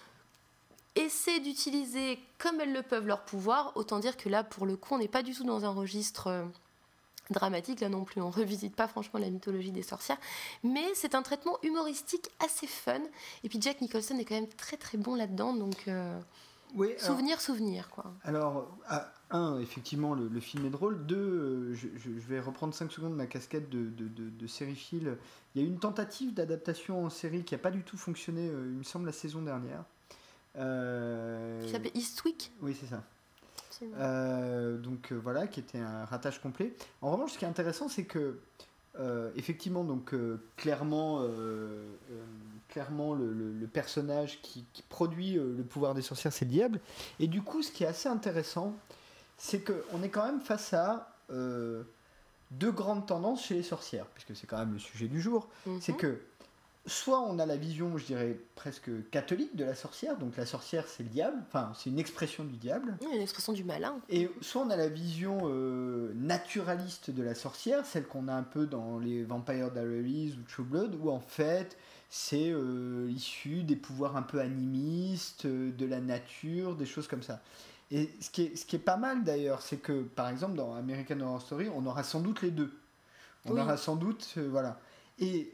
essaient d'utiliser comme elles le peuvent leur pouvoir. Autant dire que là pour le coup on n'est pas du tout dans un registre dramatique, là non plus, on revisite pas franchement la mythologie des sorcières, mais c'est un traitement humoristique assez fun, et puis Jack Nicholson est quand même très très bon là-dedans, donc oui, souvenir quoi. Alors, un, effectivement, le film est drôle. Deux, je vais reprendre 5 secondes ma casquette de sériephile. Il y a eu une tentative d'adaptation en série qui n'a pas du tout fonctionné, il me semble, la saison dernière. Qui s'appelle Eastwick. Oui, c'est ça. Donc voilà, qui était un ratage complet. En revanche, ce qui est intéressant, c'est que effectivement, donc clairement, le personnage qui produit le pouvoir des sorcières, c'est le diable. Et du coup, ce qui est assez intéressant, c'est qu'on est quand même face à deux grandes tendances chez les sorcières, puisque c'est quand même le sujet du jour. C'est que soit on a la vision, je dirais, presque catholique de la sorcière, donc la sorcière c'est le diable, enfin c'est une expression du diable. Oui, une expression du malin. Et soit on a la vision naturaliste de la sorcière, celle qu'on a un peu dans les Vampire Diaries ou True Blood, où en fait c'est issu des pouvoirs un peu animistes, de la nature, des choses comme ça. Et ce qui est pas mal d'ailleurs, c'est que par exemple dans American Horror Story, on aura sans doute les deux. On aura sans doute, voilà. Et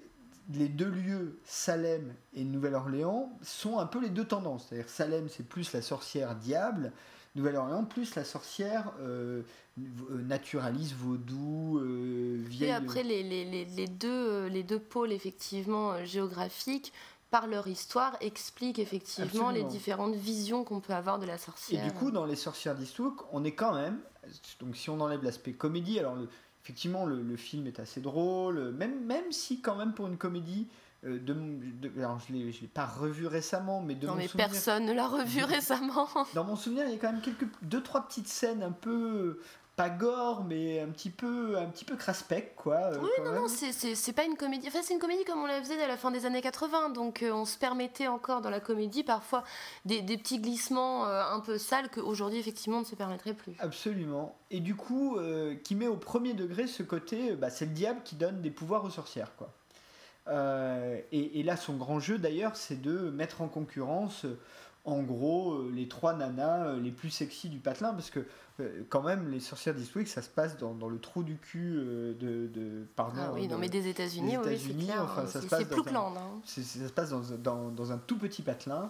les deux lieux, Salem et Nouvelle-Orléans, sont un peu les deux tendances. C'est-à-dire Salem, c'est plus la sorcière diable, Nouvelle-Orléans, plus la sorcière naturaliste, vaudou, vieille... Et après, les deux pôles, effectivement, géographiques, par leur histoire, expliquent effectivement les différentes visions qu'on peut avoir de la sorcière. Et du coup, dans Les Sorcières d'Eastwick, on est quand même... Donc si on enlève l'aspect comédie, alors effectivement, le film est assez drôle, même si quand même pour une comédie... alors je l'ai pas revu récemment, mais de non, mon mais souvenir... personne ne l'a revu récemment. Dans mon souvenir, il y a quand même 2-3 petites scènes un peu... pas gore, mais un petit peu craspec, quoi. Oui, non, c'est pas une comédie. Enfin, c'est une comédie comme on la faisait à la fin des années 80, donc on se permettait encore dans la comédie parfois des petits glissements un peu sales qu'aujourd'hui, effectivement, on ne se permettrait plus. Absolument. Et du coup, qui met au premier degré ce côté, c'est le diable qui donne des pouvoirs aux sorcières, quoi. Et là, son grand jeu, d'ailleurs, c'est de mettre en concurrence... en gros, les 3 nanas les plus sexy du patelin, parce que quand même, Les Sorcières d'Eastwick, ça se passe dans le trou du cul pardon. Ah oui, non, mais des États-Unis, oui, c'est clair. Enfin, c'est Ploucland. Ça se passe dans un tout petit patelin.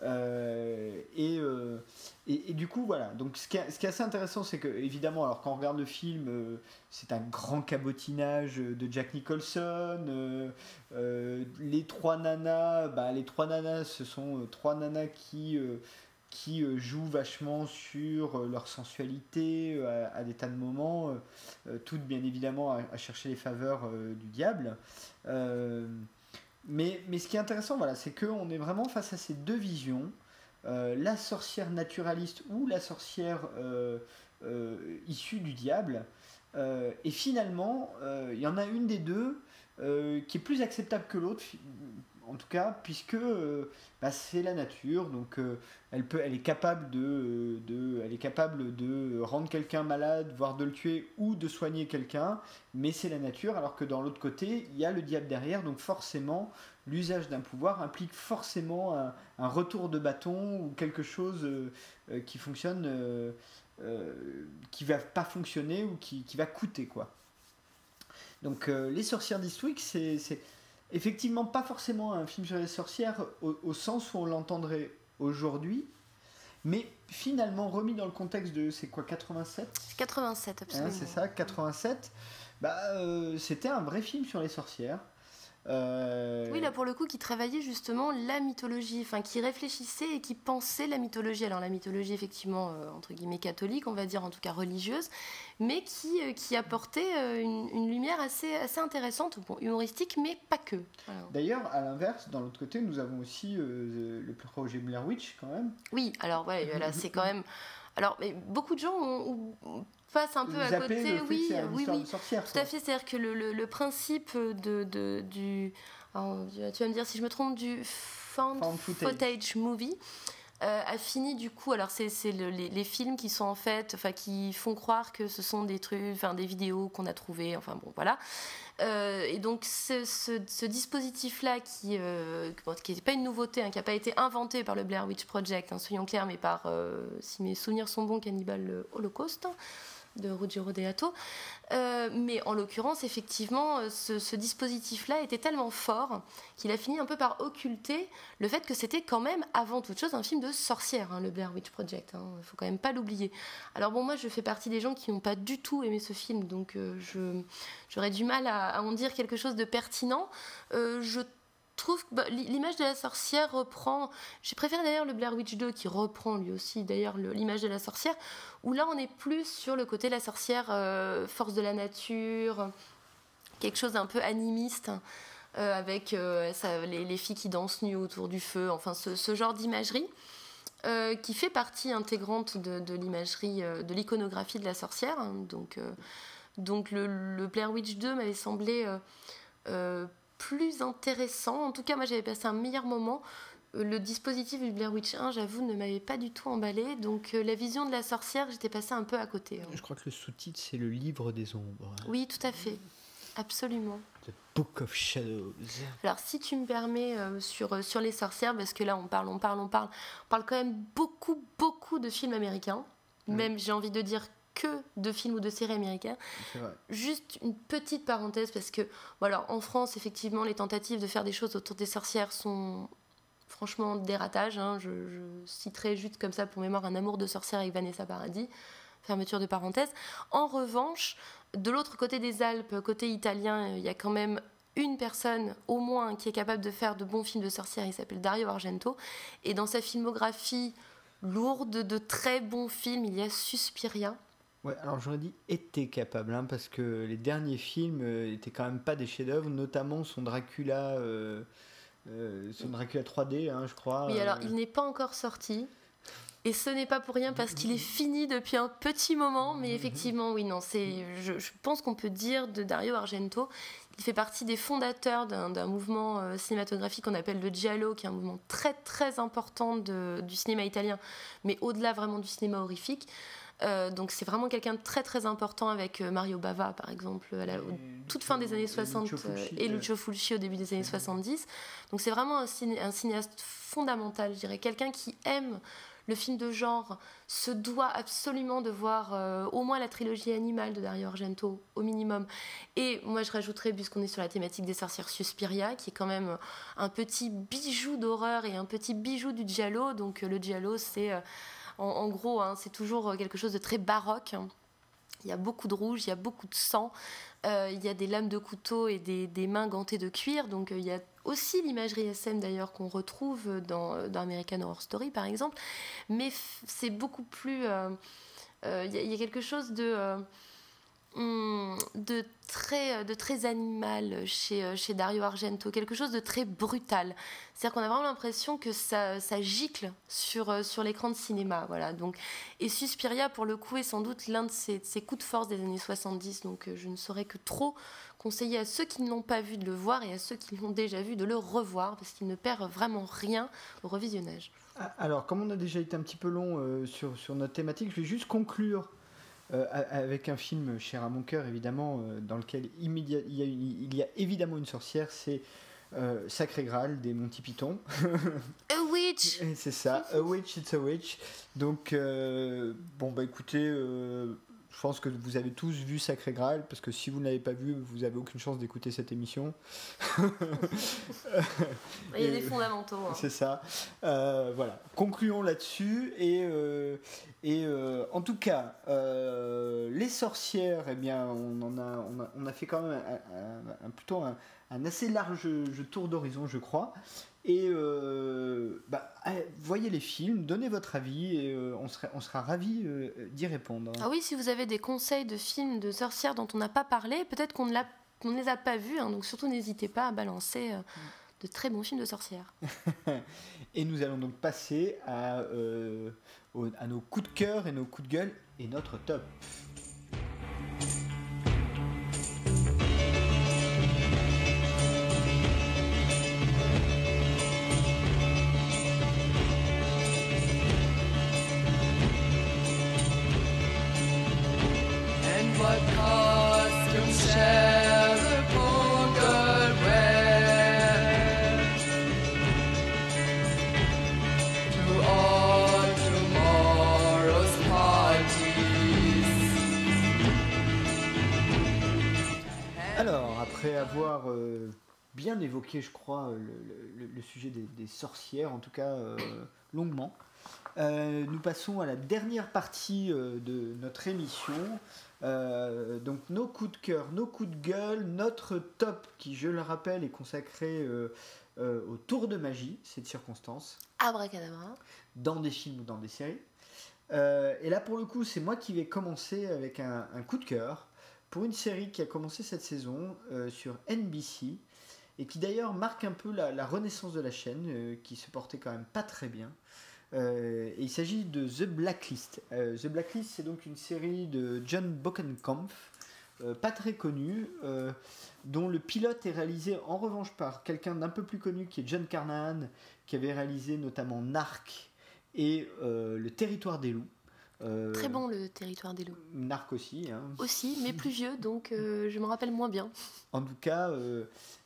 Et du coup, voilà. Donc, ce qui est assez intéressant, c'est que, évidemment, alors quand on regarde le film, c'est un grand cabotinage de Jack Nicholson. Les 3 nanas, ce sont 3 nanas qui jouent vachement sur leur sensualité à des tas de moments, toutes bien évidemment à chercher les faveurs du diable. Mais ce qui est intéressant, voilà, c'est qu'on est vraiment face à ces deux visions, la sorcière naturaliste ou la sorcière issue du diable. Et finalement, il y en a une des deux qui est plus acceptable que l'autre, en tout cas, puisque c'est la nature, donc elle est capable de rendre quelqu'un malade, voire de le tuer, ou de soigner quelqu'un, mais c'est la nature, alors que dans l'autre côté, il y a le diable derrière, donc forcément, l'usage d'un pouvoir implique forcément un retour de bâton, ou quelque chose qui fonctionne, qui va pas fonctionner, ou qui va coûter, quoi. Donc Les Sorcières d'Eastwick, c'est effectivement pas forcément un film sur les sorcières au sens où on l'entendrait aujourd'hui, mais finalement remis dans le contexte de, c'est quoi, 87 ? 87, absolument. C'est ça, 87. C'était un vrai film sur les sorcières. Oui, là pour le coup, qui travaillait justement la mythologie, enfin qui réfléchissait et qui pensait la mythologie. Alors la mythologie, effectivement, entre guillemets catholique, on va dire, en tout cas religieuse, mais qui apportait une lumière assez intéressante, bon, humoristique, mais pas que. Voilà. D'ailleurs, à l'inverse, dans l'autre côté, nous avons aussi le projet Blair Witch, quand même. Oui, alors ouais, là c'est quand même... Alors, mais beaucoup de gens passent un peu à côté. Oui, de sorcière, tout à fait. C'est-à-dire que le principe du... Alors, tu vas me dire si je me trompe, du found footage movie a fini du coup... Alors, c'est les films qui sont en fait... Enfin, qui font croire que ce sont des trucs... Enfin, des vidéos qu'on a trouvées. Enfin, bon, voilà. Et donc ce dispositif-là qui n'est pas une nouveauté, qui n'a pas été inventé par le Blair Witch Project, soyons clairs, mais par, si mes souvenirs sont bons, Cannibal Holocaust de Ruggero Deodato. Mais en l'occurrence, effectivement, ce dispositif-là était tellement fort qu'il a fini un peu par occulter le fait que c'était quand même, avant toute chose, un film de sorcière, le Blair Witch Project. Il ne faut quand même pas l'oublier. Alors bon, moi, je fais partie des gens qui n'ont pas du tout aimé ce film, donc j'aurais du mal à en dire quelque chose de pertinent. Je trouve que l'image de la sorcière reprend... J'ai préféré d'ailleurs le Blair Witch 2 qui reprend lui aussi d'ailleurs l'image de la sorcière, où là on est plus sur le côté de la sorcière force de la nature, quelque chose d'un peu animiste, avec les filles qui dansent nues autour du feu, enfin ce genre d'imagerie qui fait partie intégrante de l'imagerie, de l'iconographie de la sorcière. Donc le Blair Witch 2 m'avait semblé... plus intéressant. En tout cas, moi, j'avais passé un meilleur moment. Le dispositif du Blair Witch 1, j'avoue, ne m'avait pas du tout emballé. Donc, la vision de la sorcière, j'étais passée un peu à côté. Je crois que le sous-titre, c'est Le Livre des Ombres. Oui, tout à fait. Absolument. The Book of Shadows. Alors, si tu me permets, sur les sorcières, parce que là, on parle quand même beaucoup de films américains. Même, j'ai envie de dire que de films ou de séries américains. C'est vrai. Juste une petite parenthèse, parce que voilà, en France, effectivement, les tentatives de faire des choses autour des sorcières sont franchement des ratages. Je citerai juste comme ça pour mémoire Un amour de sorcière avec Vanessa Paradis. Fermeture de parenthèse. En revanche, de l'autre côté des Alpes, côté italien, il y a quand même une personne au moins qui est capable de faire de bons films de sorcières. Il s'appelle Dario Argento. Et dans sa filmographie lourde de très bons films, il y a Suspiria. Ouais, alors j'aurais dit était capable, parce que les derniers films étaient quand même pas des chefs-d'œuvre, notamment son Dracula 3D, je crois. Oui, alors il n'est pas encore sorti. Et ce n'est pas pour rien parce qu'il est fini depuis un petit moment, mais effectivement, oui, non, je pense qu'on peut dire de Dario Argento, il fait partie des fondateurs d'un mouvement cinématographique qu'on appelle le Giallo, qui est un mouvement très très important du cinéma italien, mais au-delà vraiment du cinéma horrifique. Donc c'est vraiment quelqu'un de très très important avec Mario Bava par exemple toute fin des années 60 et Lucio Fulci au début des années 70. Donc c'est vraiment un cinéaste fondamental, je dirais, quelqu'un qui aime le film de genre, se doit absolument de voir au moins la trilogie Animal de Dario Argento, au minimum. Et moi, je rajouterais, puisqu'on est sur la thématique des sorcières, Suspiria, qui est quand même un petit bijou d'horreur et un petit bijou du giallo. Donc le giallo, c'est en gros, c'est toujours quelque chose de très baroque. Il y a beaucoup de rouge, il y a beaucoup de sang, il y a des lames de couteau et des mains gantées de cuir. Donc il y a aussi l'imagerie SM d'ailleurs qu'on retrouve dans American Horror Story par exemple. Mais c'est beaucoup plus... il y a quelque chose de très animal chez Dario Argento, quelque chose de très brutal. C'est-à-dire qu'on a vraiment l'impression que ça gicle sur l'écran de cinéma. Voilà. Donc, et Suspiria, pour le coup, est sans doute l'un de ses coups de force des années 70. Donc je ne saurais que trop conseiller à ceux qui ne l'ont pas vu de le voir et à ceux qui l'ont déjà vu de le revoir, parce qu'il ne perd vraiment rien au revisionnage. Alors, comme on a déjà été un petit peu long sur notre thématique, je vais juste conclure avec un film cher à mon cœur, évidemment, dans lequel il y a évidemment une sorcière, c'est Sacré Graal des Monty Python. A witch. C'est ça, A Witch, it's a witch. Donc, écoutez, je pense que vous avez tous vu Sacré Graal, parce que si vous ne l'avez pas vu, vous n'avez aucune chance d'écouter cette émission. Il y a des fondamentaux. C'est ça. Voilà. Concluons là-dessus. Et en tout cas, les sorcières, eh bien, on a fait quand même plutôt un assez large tour d'horizon, je crois. Et voyez les films, donnez votre avis et on sera ravis d'y répondre. Ah oui, si vous avez des conseils de films de sorcières dont on n'a pas parlé, peut-être qu'on ne les a pas vus, donc surtout n'hésitez pas à balancer de très bons films de sorcières. Et nous allons donc passer à nos coups de cœur et nos coups de gueule et notre top. Alors, après avoir bien évoqué, je crois, le sujet des sorcières, en tout cas longuement, nous passons à la dernière partie de notre émission. Donc nos coups de cœur, nos coups de gueule, notre top qui, je le rappelle, est consacré au tour de magie, cette circonstance. Abracadabra. Dans des films ou dans des séries. Et là, pour le coup, c'est moi qui vais commencer avec un coup de cœur pour une série qui a commencé cette saison sur NBC et qui d'ailleurs marque un peu la renaissance de la chaîne qui se portait quand même pas très bien. Et il s'agit de The Blacklist. The Blacklist, c'est donc une série de John Bokenkampf, pas très connu, dont le pilote est réalisé en revanche par quelqu'un d'un peu plus connu qui est John Carnahan, qui avait réalisé notamment Narc et Le Territoire des loups. Très bon, Le Territoire des loups. Narc aussi. Aussi, mais plus vieux, donc je me rappelle moins bien. En tout cas,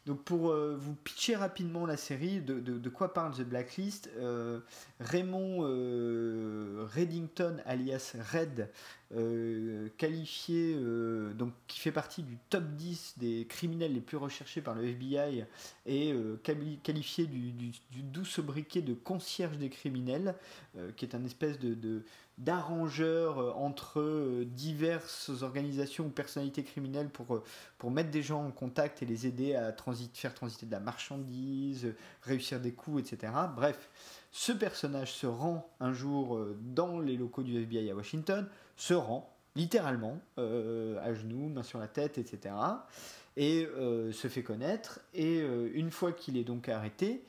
Donc pour vous pitcher rapidement la série, de quoi parle The Blacklist, Raymond Reddington alias Red, qualifié, donc, qui fait partie du top 10 des criminels les plus recherchés par le FBI et qualifié du doux sobriquet de concierge des criminels, qui est un espèce d'arrangeur entre diverses organisations ou personnalités criminelles pour mettre des gens en contact et les aider à faire transiter de la marchandise, réussir des coups, etc. Bref, ce personnage se rend un jour dans les locaux du FBI à Washington, se rend littéralement, à genoux, main sur la tête, etc. Et se fait connaître, et une fois qu'il est donc arrêté,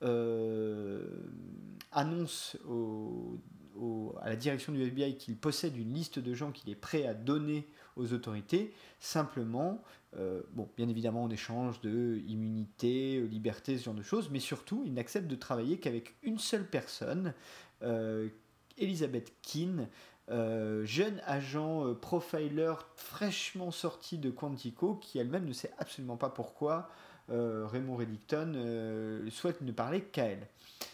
annonce à la direction du FBI qu'il possède une liste de gens qu'il est prêt à donner aux autorités, simplement, bien évidemment en échange de immunité, liberté, ce genre de choses, mais surtout, il n'accepte de travailler qu'avec une seule personne, Elizabeth Keane, jeune agent profiler fraîchement sorti de Quantico, qui elle-même ne sait absolument pas pourquoi Raymond Reddington souhaite ne parler qu'à elle.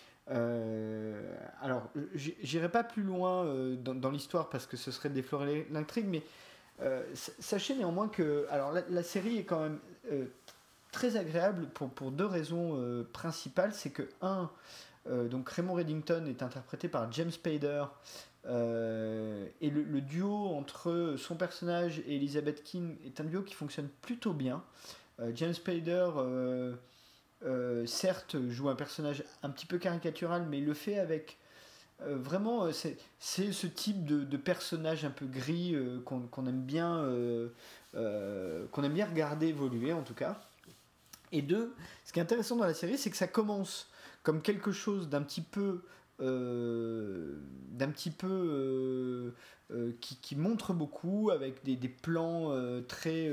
Alors, j'irai pas plus loin dans l'histoire parce que ce serait déflorer l'intrigue, mais sachez néanmoins que alors la série est quand même très agréable pour deux raisons principales. C'est que donc Raymond Reddington est interprété par James Spader, et le duo entre son personnage et Elizabeth Keane est un duo qui fonctionne plutôt bien. James Spader certes joue un personnage un petit peu caricatural, mais il le fait avec vraiment c'est ce type de personnage un peu gris qu'on aime bien regarder évoluer en tout cas. Et deux, ce qui est intéressant dans la série, c'est que ça commence comme quelque chose d'un petit peu qui montre beaucoup, avec des plans très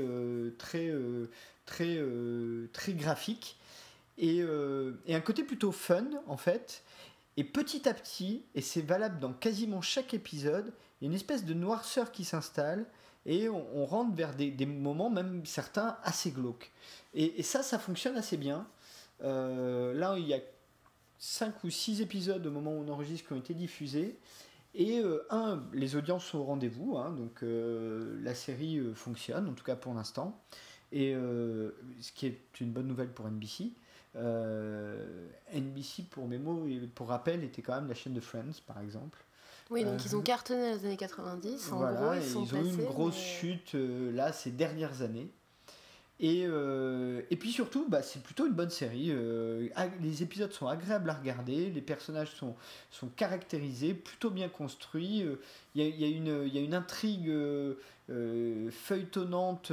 graphiques, et un côté plutôt fun en fait. Et petit à petit, et c'est valable dans quasiment chaque épisode, il y a une espèce de noirceur qui s'installe, et on rentre vers des moments, même certains, assez glauques. Et ça fonctionne assez bien. Là, il y a 5 ou 6 épisodes au moment où on enregistre qui ont été diffusés. Et les audiences sont au rendez-vous, hein, donc la série fonctionne, en tout cas pour l'instant. Et ce qui est une bonne nouvelle pour NBC. NBC, pour mes mots et pour rappel, était quand même la chaîne de Friends, par exemple. Oui, donc ils ont cartonné dans les années 90. En voilà, gros, ils ont eu une grosse chute là ces dernières années. Et puis surtout, c'est plutôt une bonne série. Les épisodes sont agréables à regarder, les personnages sont caractérisés, plutôt bien construits. Il y a une intrigue feuilletonnante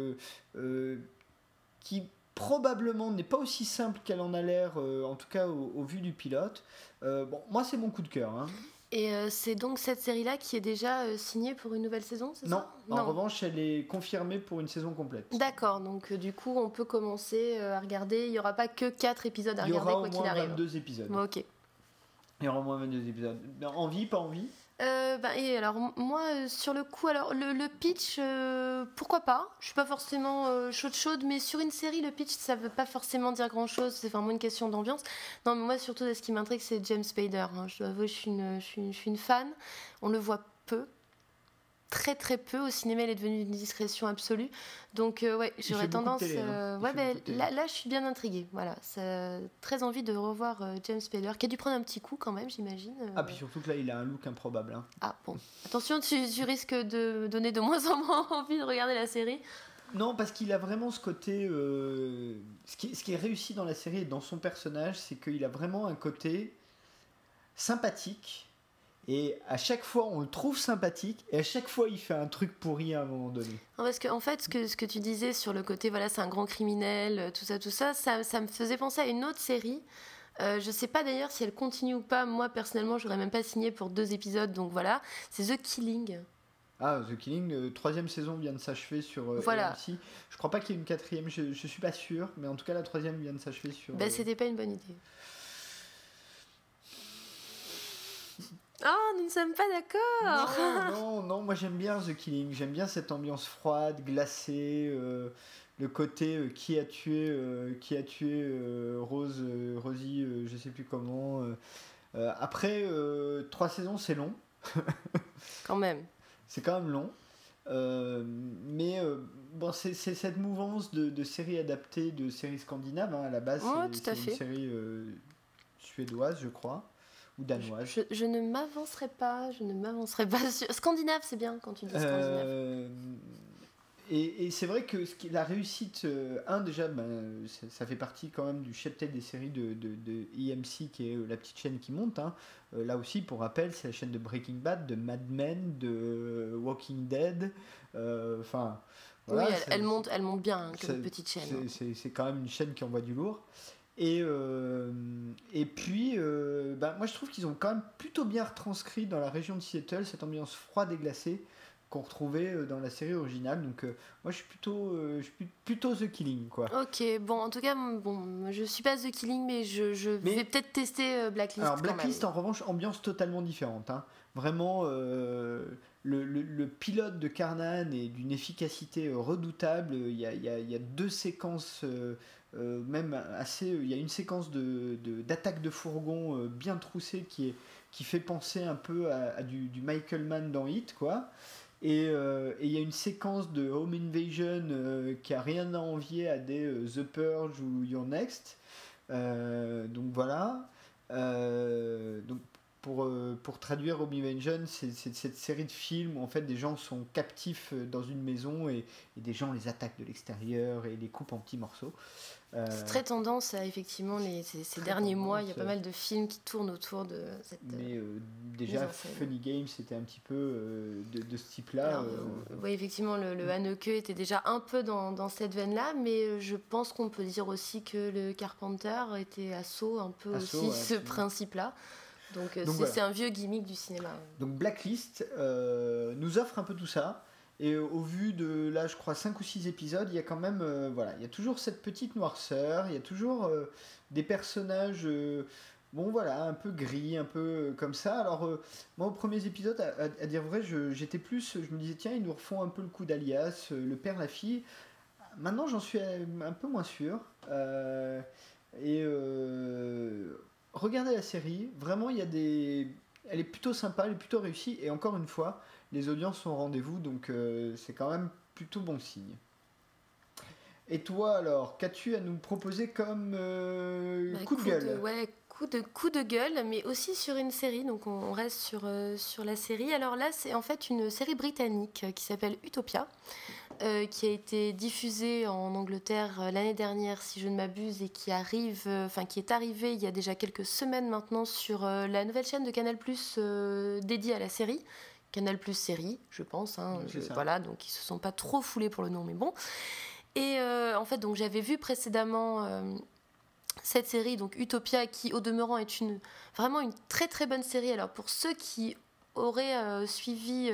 qui probablement n'est pas aussi simple qu'elle en a l'air, en tout cas au vu du pilote. Moi c'est mon coup de cœur. Hein. Et c'est donc cette série-là qui est déjà signée pour une nouvelle saison, c'est ça ? Non, en revanche, elle est confirmée pour une saison complète. D'accord, donc du coup, on peut commencer à regarder. Il n'y aura pas que 4 épisodes à regarder, quoi qu'il arrive. Il y aura au moins 22 épisodes. Ok. Il y aura au moins 22 épisodes. Envie, pas envie ? Et alors moi sur le coup, alors le pitch, pourquoi pas, je suis pas forcément chaude, mais sur une série le pitch ça veut pas forcément dire grand chose, c'est vraiment une question d'ambiance. Non, mais moi surtout ce qui m'intrigue c'est James Spader, hein. Je dois avouer, je suis une fan. On le voit peu, très très peu au cinéma, il est devenu une discrétion absolue, donc ouais, j'aurais tendance télé, hein. Là je suis bien intriguée, voilà, très envie de revoir James Spader, qui a dû prendre un petit coup quand même, j'imagine. Puis surtout que là il a un look improbable, hein. Ah bon, attention, tu risques de donner de moins en moins envie de regarder la série. Non, parce qu'il a vraiment ce côté ce qui est réussi dans la série et dans son personnage, c'est qu'il a vraiment un côté sympathique. Et à chaque fois, on le trouve sympathique, et à chaque fois, il fait un truc pourri à un moment donné. Non, parce qu'en fait, ce que tu disais sur le côté, voilà, c'est un grand criminel, tout ça me faisait penser à une autre série. Je sais pas d'ailleurs si elle continue ou pas. Moi, personnellement, j'aurais même pas signé pour 2 épisodes, donc voilà. C'est The Killing. Ah, The Killing, 3e saison vient de s'achever sur voilà. AMC. Je crois pas qu'il y ait une 4e, je suis pas sûr, mais en tout cas, la 3e vient de s'achever sur... C'était pas une bonne idée. Oh, nous ne sommes pas d'accord. Non, moi j'aime bien The Killing, j'aime bien cette ambiance froide, glacée, le côté qui a tué Rosie, je sais plus comment. Après 3 saisons, c'est long. Quand même. C'est quand même long. Mais bon, c'est cette mouvance de séries adaptées, de séries scandinaves. Hein. À la base, c'est une série suédoise, je crois, ou danoise. Je ne m'avancerai pas sur... Scandinave, c'est bien quand tu dis scandinave. Et c'est vrai que la réussite, déjà, ça fait partie quand même du cheptel des séries de EMC, qui est la petite chaîne qui monte. Hein. Là aussi, pour rappel, c'est la chaîne de Breaking Bad, de Mad Men, de Walking Dead. Enfin, voilà, oui, elle monte bien, hein, comme petite chaîne. C'est quand même une chaîne qui envoie du lourd. Et puis, moi je trouve qu'ils ont quand même plutôt bien retranscrit dans la région de Seattle cette ambiance froide et glacée qu'on retrouvait dans la série originale. Donc moi je suis plutôt The Killing, quoi. Ok, bon, en tout cas, je suis pas The Killing, mais je vais peut-être tester Blacklist. Alors Blacklist, en revanche, ambiance totalement différente. Hein. Vraiment, le pilote de Carnahan est d'une efficacité redoutable. Il y a 2 séquences, même assez. Il y a une séquence d'attaque de fourgon bien troussée qui fait penser un peu à du Michael Mann dans Hit, quoi. Et il y a une séquence de Home Invasion qui a rien à envier à des The Purge ou Your Next. Donc voilà. Donc pour traduire Home Invasion, c'est cette série de films où en fait des gens sont captifs dans une maison et des gens les attaquent de l'extérieur et les coupent en petits morceaux. C'est très tendance, effectivement, ces derniers mois. Il y a pas mal de films qui tournent autour de cette. Mais déjà, Funny Games, c'était un petit peu de ce type-là. Oui, effectivement, le Haneke était déjà un peu dans cette veine-là, mais je pense qu'on peut dire aussi que le Carpenter était assaut un peu aussi ce principe-là. Donc c'est un vieux gimmick du cinéma. Donc Blacklist nous offre un peu tout ça. Et au vu de, là, je crois, 5 ou 6 épisodes, il y a quand même, il y a toujours cette petite noirceur, il y a toujours des personnages, un peu gris, un peu comme ça. Alors, moi, aux premiers épisodes, à dire vrai, je me disais, tiens, ils nous refont un peu le coup d'Alias, le père, la fille. Maintenant, j'en suis un peu moins sûr. Regardez la série, vraiment, elle est plutôt sympa, elle est plutôt réussie, et encore une fois, les audiences sont au rendez-vous, donc c'est quand même plutôt bon signe. Et toi alors, qu'as-tu à nous proposer comme coup de gueule ? Coup de gueule, mais aussi sur une série, donc on reste sur la série. Alors là, c'est en fait une série britannique qui s'appelle Utopia, qui a été diffusée en Angleterre l'année dernière, si je ne m'abuse, et qui est arrivée il y a déjà quelques semaines maintenant sur la nouvelle chaîne de Canal+, dédiée à la série. Canal+ série, je pense. Voilà, donc ils se sont pas trop foulés pour le nom, mais bon. Et en fait, donc j'avais vu précédemment cette série, donc Utopia, qui au demeurant est vraiment une très très bonne série. Alors pour ceux qui auraient suivi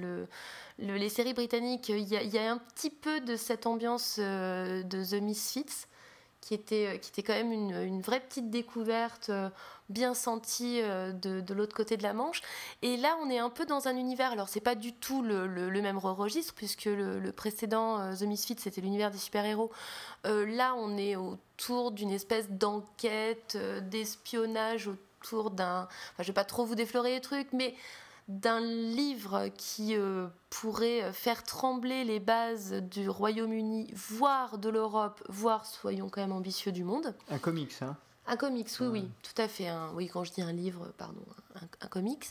les séries britanniques, il y a un petit peu de cette ambiance de The Misfits, qui était quand même une vraie petite découverte bien sentie de l'autre côté de la Manche. Et là, on est un peu dans un univers, alors c'est pas du tout le même registre, puisque le précédent, The Misfits, c'était l'univers des super-héros. Là, on est autour d'une espèce d'enquête, d'espionnage autour d'un... Enfin, je vais pas trop vous déflorer les trucs, mais d'un livre qui pourrait faire trembler les bases du Royaume-Uni, voire de l'Europe, voire, soyons quand même ambitieux, du monde. Un comics, hein ? Un comics, oui, tout à fait. Oui, quand je dis un livre, pardon, un comics.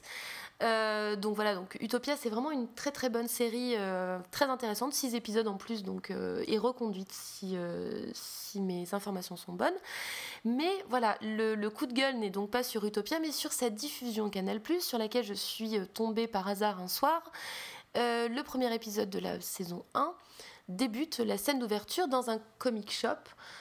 Donc voilà, donc Utopia, c'est vraiment une très très bonne série, très intéressante, 6 épisodes en plus, donc et reconduite si mes informations sont bonnes. Mais voilà, le coup de gueule n'est donc pas sur Utopia, mais sur sa diffusion Canal+, sur laquelle je suis tombée par hasard un soir. Le premier épisode de la saison 1 débute la scène d'ouverture dans un comic shop,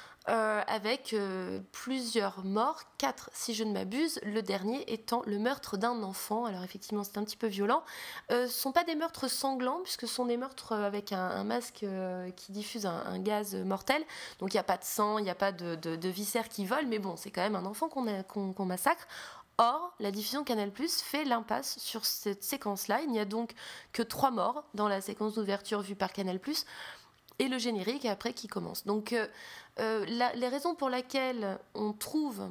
avec plusieurs morts, 4 si je ne m'abuse, le dernier étant le meurtre d'un enfant. Alors effectivement c'est un petit peu violent, ce sont pas des meurtres sanglants puisque ce sont des meurtres avec un masque qui diffuse un gaz mortel, donc il n'y a pas de sang, il n'y a pas de viscères qui volent, mais bon, c'est quand même un enfant qu'on massacre. Or, la diffusion Canal+ fait l'impasse sur cette séquence-là. Il n'y a donc que 3 morts dans la séquence d'ouverture vue par Canal+, et le générique après qui commence. Donc, les raisons pour lesquelles on trouve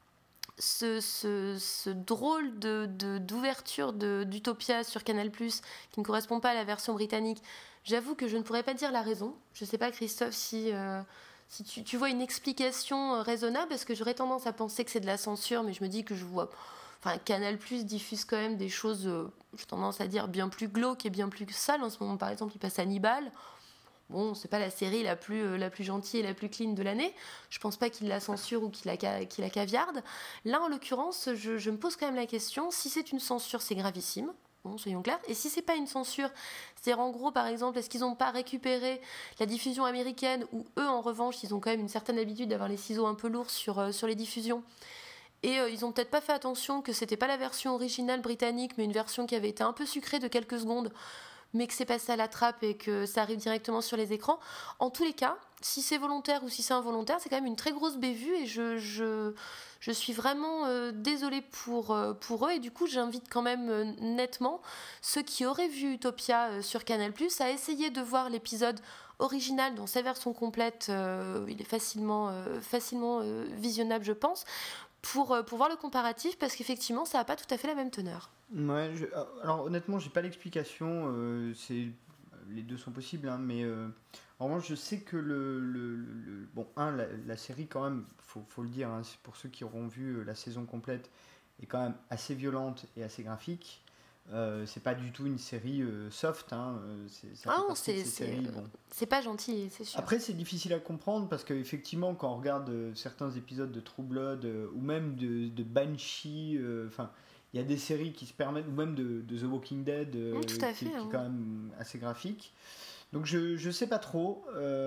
ce drôle d'ouverture d'Utopia sur Canal+, qui ne correspond pas à la version britannique, j'avoue que je ne pourrais pas dire la raison. Je ne sais pas, Christophe, si tu vois une explication raisonnable, parce que j'aurais tendance à penser que c'est de la censure, mais je me dis que je vois... Enfin, Canal+ diffuse quand même des choses, j'ai tendance à dire, bien plus glauques et bien plus sales. En ce moment, par exemple, il passe Hannibal. Bon, c'est pas la série la plus gentille et la plus clean de l'année. Je pense pas qu'il la censure ou qu'il la caviarde. Là, en l'occurrence, je me pose quand même la question, si c'est une censure, c'est gravissime. Bon, soyons clairs. Et si c'est pas une censure, c'est-à-dire en gros, par exemple, est-ce qu'ils n'ont pas récupéré la diffusion américaine, où eux, en revanche, ils ont quand même une certaine habitude d'avoir les ciseaux un peu lourds sur les diffusions. Et ils ont peut-être pas fait attention que c'était pas la version originale britannique, mais une version qui avait été un peu sucrée de quelques secondes, mais que c'est passé à la trappe et que ça arrive directement sur les écrans. En tous les cas, si c'est volontaire ou si c'est involontaire, c'est quand même une très grosse bévue, et je suis vraiment désolée pour eux, et du coup j'invite quand même nettement ceux qui auraient vu Utopia sur Canal+, à essayer de voir l'épisode original dans sa version complète. Il est facilement visionnable, je pense, pour voir le comparatif, parce qu'effectivement ça n'a pas tout à fait la même teneur. Ouais, alors honnêtement, j'ai pas l'explication. Les deux sont possibles, hein, mais en revanche, je sais que bon, la série quand même, faut le dire, hein, c'est pour ceux qui auront vu la saison complète, est quand même assez violente et assez graphique. C'est pas du tout une série soft, hein, ça fait partie de ces séries. Bon. C'est pas gentil, c'est sûr. Après, c'est difficile à comprendre parce qu'effectivement, quand on regarde certains épisodes de True Blood ou même de Banshee, enfin, il y a des séries qui se permettent, ou même de The Walking Dead, Tout à fait, qui est quand même assez graphique. Donc je sais pas trop.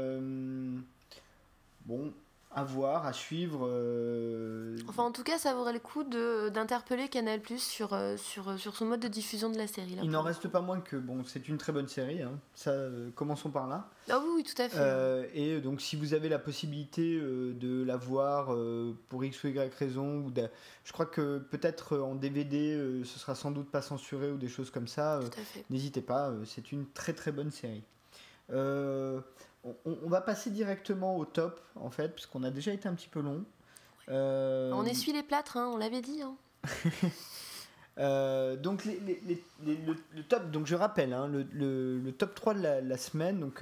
Bon, à voir, à suivre. Enfin, en tout cas, ça vaudrait le coup d'interpeller Canal+ sur ce mode de diffusion de la série. Là, il n'en reste pas moins que bon, c'est une très bonne série. Hein. Ça, commençons par là. Ah oui, tout à fait. Et donc, si vous avez la possibilité de la voir pour X ou Y raison, je crois que peut-être en DVD, ce sera sans doute pas censuré ou des choses comme ça. N'hésitez pas, c'est une très très bonne série. On va passer directement au top, en fait, parce qu'on a déjà été un petit peu long. On essuie les plâtres, hein, on l'avait dit. Hein. Donc le top, donc je rappelle, hein, le top 3 de la semaine. Donc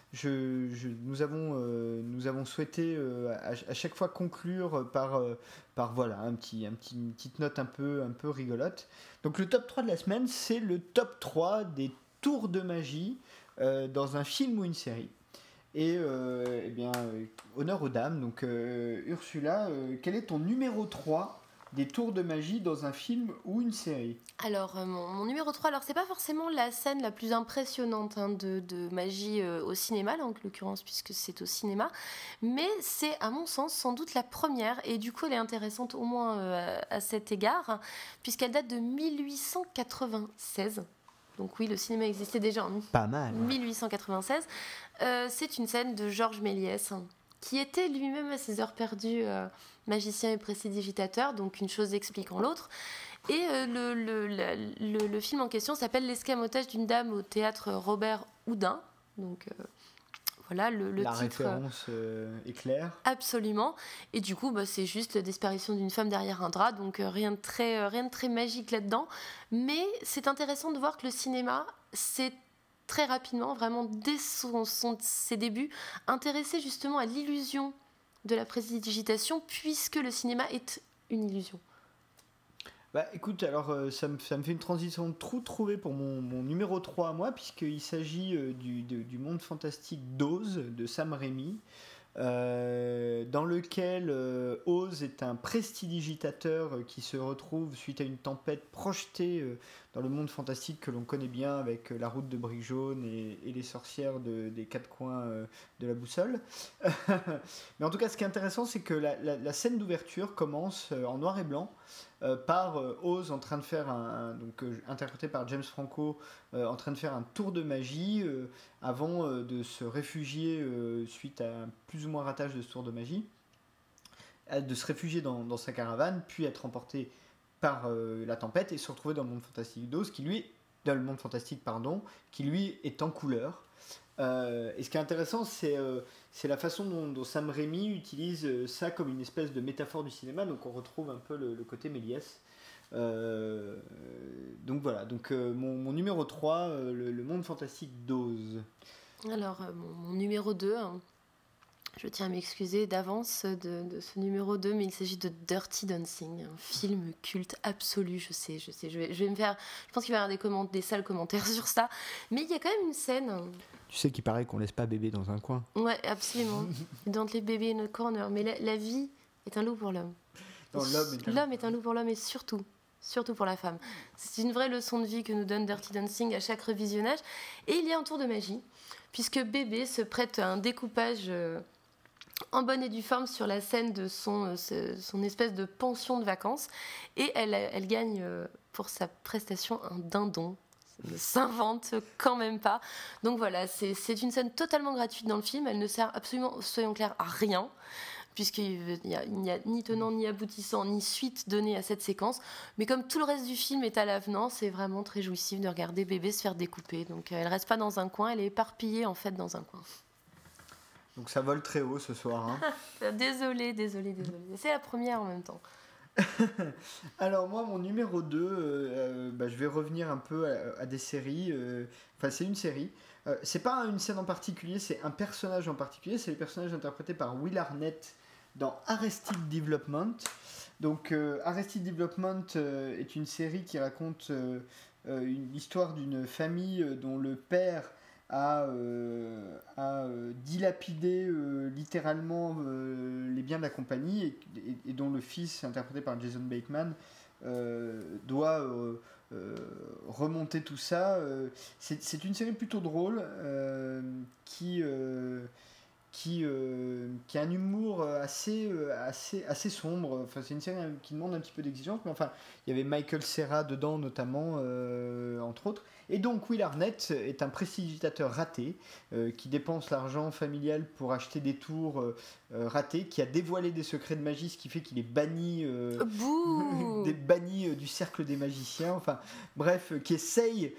nous avons souhaité à chaque fois conclure par voilà une petite note un peu rigolote. Donc le top 3 de la semaine, c'est le top 3 des tours de magie dans un film ou une série. Et eh bien, honneur aux dames. Donc Ursula, quel est ton numéro 3 des tours de magie dans un film ou une série? Alors, mon numéro 3, alors c'est pas forcément la scène la plus impressionnante de magie au cinéma, là, en l'occurrence, puisque c'est au cinéma, mais c'est, à mon sens, sans doute la première, et du coup, elle est intéressante au moins à cet égard, puisqu'elle date de 1896. Donc oui, le cinéma existait déjà en pas mal, 1896. C'est une scène de Georges Méliès, qui était lui-même à ses heures perdues magicien et prestidigitateur, donc une chose expliquant l'autre. Et le film en question s'appelle L'escamotage d'une dame au théâtre Robert Houdin. Donc voilà, le la titre. La référence est claire. Absolument. Et du coup, c'est juste la disparition d'une femme derrière un drap, donc rien de très magique là-dedans. Mais c'est intéressant de voir que le cinéma, c'est très rapidement, vraiment dès ses débuts, intéressé justement à l'illusion de la prestidigitation, puisque le cinéma est une illusion. Bah écoute, alors ça me fait une transition trop trouvée pour mon numéro 3 à moi, puisqu'il s'agit du monde fantastique d'Oz, de Sam Raimi, dans lequel Oz est un prestidigitateur qui se retrouve suite à une tempête projetée dans le monde fantastique que l'on connaît bien avec la route de briques jaunes et les sorcières des quatre coins de la boussole. Mais en tout cas, ce qui est intéressant, c'est que la scène d'ouverture commence en noir et blanc par Oz en train de faire interprété par James Franco, en train de faire un tour de magie avant de se réfugier suite à un plus ou moins ratage de ce tour de magie, de se réfugier dans sa caravane, puis être emporté par la tempête et se retrouver dans le monde fantastique d'Oz, dans le monde fantastique, qui lui est en couleur. Et ce qui est intéressant, c'est la façon dont Sam Raimi utilise ça comme une espèce de métaphore du cinéma. Donc on retrouve un peu le côté Méliès. Donc voilà, mon numéro 3, le monde fantastique d'Oz. Alors, mon numéro 2, je tiens à m'excuser d'avance de ce numéro 2, mais il s'agit de Dirty Dancing, un film culte absolu, je sais, je vais me faire... Je pense qu'il va y avoir des sales commentaires sur ça, mais il y a quand même une scène... Tu sais qu'il paraît qu'on laisse pas bébé dans un coin. Ouais, absolument. Don't let baby in a corner, mais la vie est un loup pour l'homme. Non, l'homme est un loup pour l'homme et surtout pour la femme. C'est une vraie leçon de vie que nous donne Dirty Dancing à chaque revisionnage. Et il y a un tour de magie, puisque bébé se prête à un découpage en bonne et due forme sur la scène de son espèce de pension de vacances. Et elle gagne pour sa prestation un dindon. Ça ne s'invente quand même pas. Donc voilà, c'est une scène totalement gratuite dans le film. Elle ne sert absolument, soyons clairs, à rien, puisqu'il n'y a ni tenant, ni aboutissant, ni suite donnée à cette séquence. Mais comme tout le reste du film est à l'avenant, c'est vraiment très jouissif de regarder bébé se faire découper. Donc elle ne reste pas dans un coin, elle est éparpillée en fait dans un coin. Donc ça vole très haut ce soir. Hein. Désolée. C'est la première en même temps. Alors moi, mon numéro 2, je vais revenir un peu à des séries. Enfin, c'est une série. C'est pas une scène en particulier, c'est un personnage en particulier. C'est le personnage interprété par Will Arnett dans Arrested Development. Donc Arrested Development est une série qui raconte une histoire d'une famille dont le père a dilapidé littéralement les biens de la compagnie et dont le fils, interprété par Jason Bateman, doit remonter tout ça. C'est une série plutôt drôle qui a un humour assez sombre. Enfin, c'est une série qui demande un petit peu d'exigence, mais enfin, il y avait Michael Cera dedans notamment, entre autres. Et donc Will Arnett est un prestidigitateur raté qui dépense l'argent familial pour acheter des tours ratés, qui a dévoilé des secrets de magie, ce qui fait qu'il est banni, banni du cercle des magiciens. Enfin, bref, qui essaye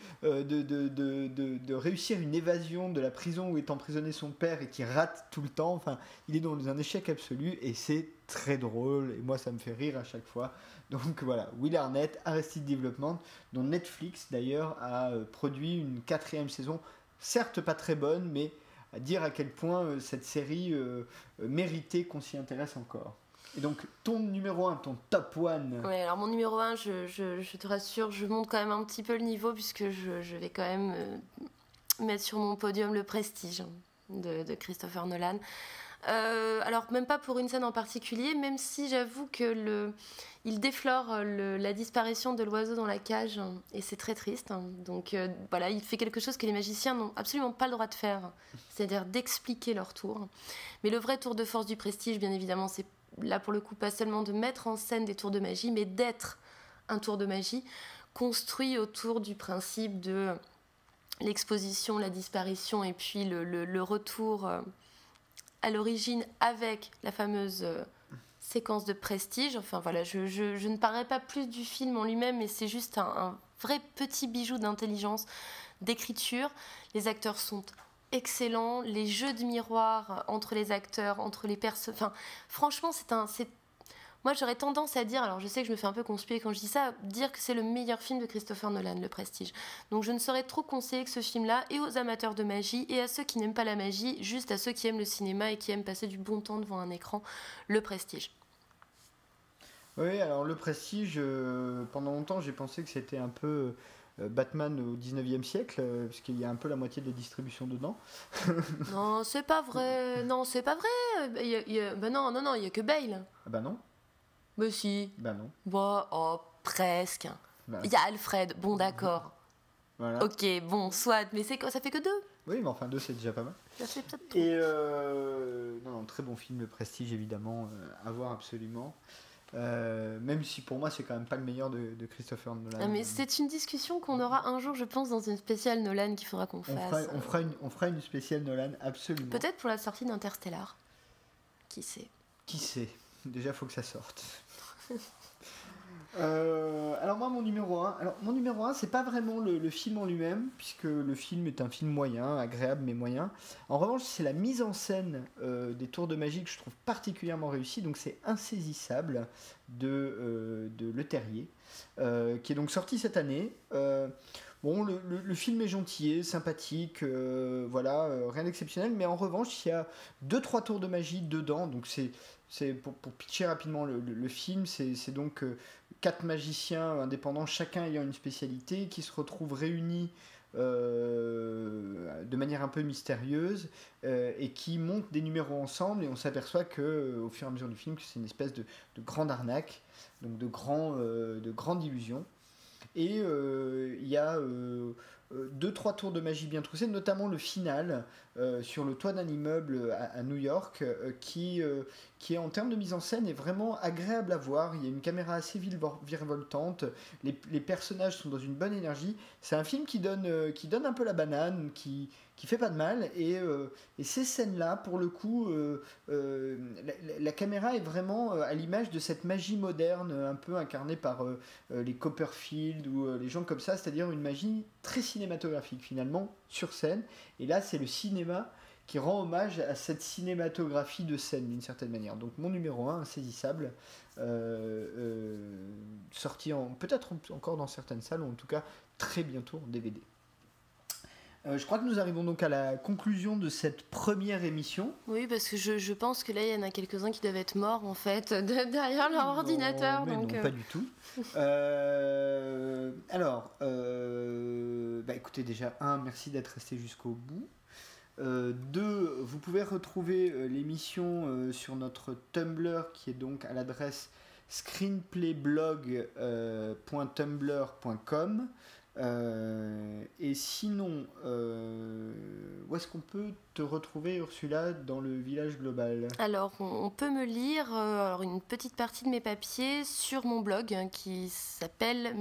de réussir une évasion de la prison où est emprisonné son père et qui rate tout le temps. Enfin, il est dans un échec absolu et c'est très drôle et moi ça me fait rire à chaque fois. Donc voilà, Will Arnett, Arrested Development, dont Netflix d'ailleurs a produit une 4e saison, certes pas très bonne, mais à dire à quel point cette série méritait qu'on s'y intéresse encore. Et donc ton numéro 1, ton top 1. Oui, alors mon numéro 1, je te rassure, je monte quand même un petit peu le niveau puisque je vais quand même mettre sur mon podium Le Prestige de Christopher Nolan. Alors même pas pour une scène en particulier, même si j'avoue que il déflore la disparition de l'oiseau dans la cage et c'est très triste. Donc voilà, il fait quelque chose que les magiciens n'ont absolument pas le droit de faire, c'est-à-dire d'expliquer leur tour. Mais le vrai tour de force du Prestige, bien évidemment, c'est là pour le coup pas seulement de mettre en scène des tours de magie, mais d'être un tour de magie construit autour du principe de l'exposition, la disparition et puis le retour à l'origine avec la fameuse séquence de Prestige. Enfin voilà, je ne parlerai pas plus du film en lui-même, mais c'est juste un vrai petit bijou d'intelligence, d'écriture. Les acteurs sont excellents, les jeux de miroir entre les acteurs, entre les personnes... Enfin, franchement, moi, j'aurais tendance à dire, alors je sais que je me fais un peu conspuer quand je dis ça, dire que c'est le meilleur film de Christopher Nolan, Le Prestige. Donc je ne saurais trop conseiller que ce film-là, et aux amateurs de magie, et à ceux qui n'aiment pas la magie, juste à ceux qui aiment le cinéma et qui aiment passer du bon temps devant un écran, Le Prestige. Oui, alors Le Prestige, pendant longtemps, j'ai pensé que c'était un peu Batman au 19e siècle, puisqu'il y a un peu la moitié de la distribution dedans. Non, c'est pas vrai. Non, c'est pas vrai. Non, il y a que Bale. Ah bah non. Mais si. Bah non. Bah, oh, presque. Bah. Il y a Alfred, bon d'accord. Voilà. Ok, bon, soit, mais ça fait que 2. Oui, mais enfin 2 c'est déjà pas mal. Ça fait peut-être tout. Et non, très bon film, Le Prestige évidemment, à voir absolument. Même si pour moi c'est quand même pas le meilleur de Christopher Nolan. Ah, mais c'est une discussion qu'on aura un jour, je pense, dans une spéciale Nolan qu'il faudra qu'on fasse. On fera une spéciale Nolan, absolument. Peut-être pour la sortie d'Interstellar. Qui sait. Déjà faut que ça sorte. mon numéro 1. Alors, mon numéro 1, c'est pas vraiment le film en lui-même, puisque le film est un film moyen, agréable mais moyen. En revanche, c'est la mise en scène des tours de magie que je trouve particulièrement réussie. Donc, c'est Insaisissable de Le Terrier, qui est donc sorti cette année. Bon, le film est gentil, sympathique, voilà, rien d'exceptionnel, mais en revanche, il y a 2-3 tours de magie dedans, donc c'est pour pitcher rapidement le film, c'est donc 4 magiciens indépendants, chacun ayant une spécialité, qui se retrouvent réunis de manière un peu mystérieuse et qui montent des numéros ensemble, et on s'aperçoit que au fur et à mesure du film que c'est une espèce de grande arnaque, donc de grande illusion. Et il y a 2-3 tours de magie bien troussés, notamment le final sur le toit d'un immeuble à New York, qui est en termes de mise en scène est vraiment agréable à voir. Il y a une caméra assez virevoltante, les personnages sont dans une bonne énergie. C'est un film qui donne un peu la banane, qui fait pas de mal, et ces scènes-là, pour le coup, la caméra est vraiment à l'image de cette magie moderne, un peu incarnée par les Copperfield ou les gens comme ça, c'est-à-dire une magie très cinématographique finalement, sur scène, et là c'est le cinéma qui rend hommage à cette cinématographie de scène d'une certaine manière. Donc mon numéro 1, Insaisissable, sorti peut-être encore dans certaines salles, ou en tout cas très bientôt en DVD. Je crois que nous arrivons donc à la conclusion de cette première émission. Oui, parce que je pense que là, il y en a quelques-uns qui doivent être morts, en fait, derrière leur ordinateur. Mais donc non, pas du tout. Alors, écoutez, déjà, merci d'être resté jusqu'au bout. 2, vous pouvez retrouver l'émission sur notre Tumblr, qui est donc à l'adresse screenplayblog.tumblr.com. Et sinon, où est-ce qu'on peut te retrouver, Ursula, dans le village global ? Alors, on peut me lire une petite partie de mes papiers sur mon blog qui s'appelle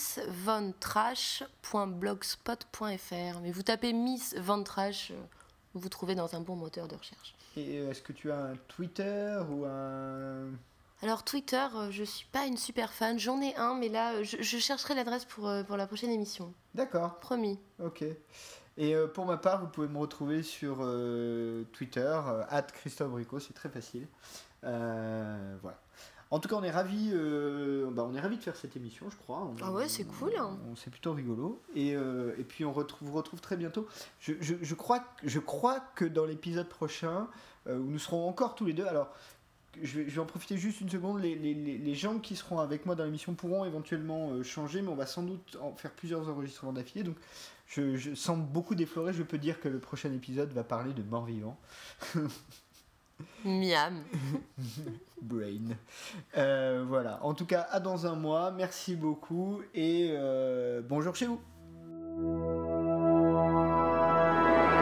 missvantrash.blogspot.fr. Mais vous tapez Miss Van Trash, vous trouvez dans un bon moteur de recherche. Et est-ce que tu as un Twitter ou un... Alors Twitter, je suis pas une super fan, j'en ai un, mais là je chercherai l'adresse pour la prochaine émission. D'accord. Promis. Ok. Et pour ma part, vous pouvez me retrouver sur Twitter, @ChristopheBricot, c'est très facile. Voilà. En tout cas, on est ravis de faire cette émission, je crois. Ah ouais, c'est cool. C'est plutôt rigolo. Et puis on vous retrouve très bientôt. Je crois que dans l'épisode prochain, où nous serons encore tous les deux, alors... Je vais en profiter juste une seconde. Les gens qui seront avec moi dans l'émission pourront éventuellement changer, mais on va sans doute en faire plusieurs enregistrements d'affilée. Donc, je sens beaucoup déflorer. Je peux dire que le prochain épisode va parler de morts-vivants. Miam. Brain. Voilà. En tout cas, à dans un mois. Merci beaucoup et bonjour chez vous.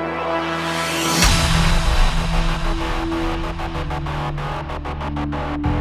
Thank you.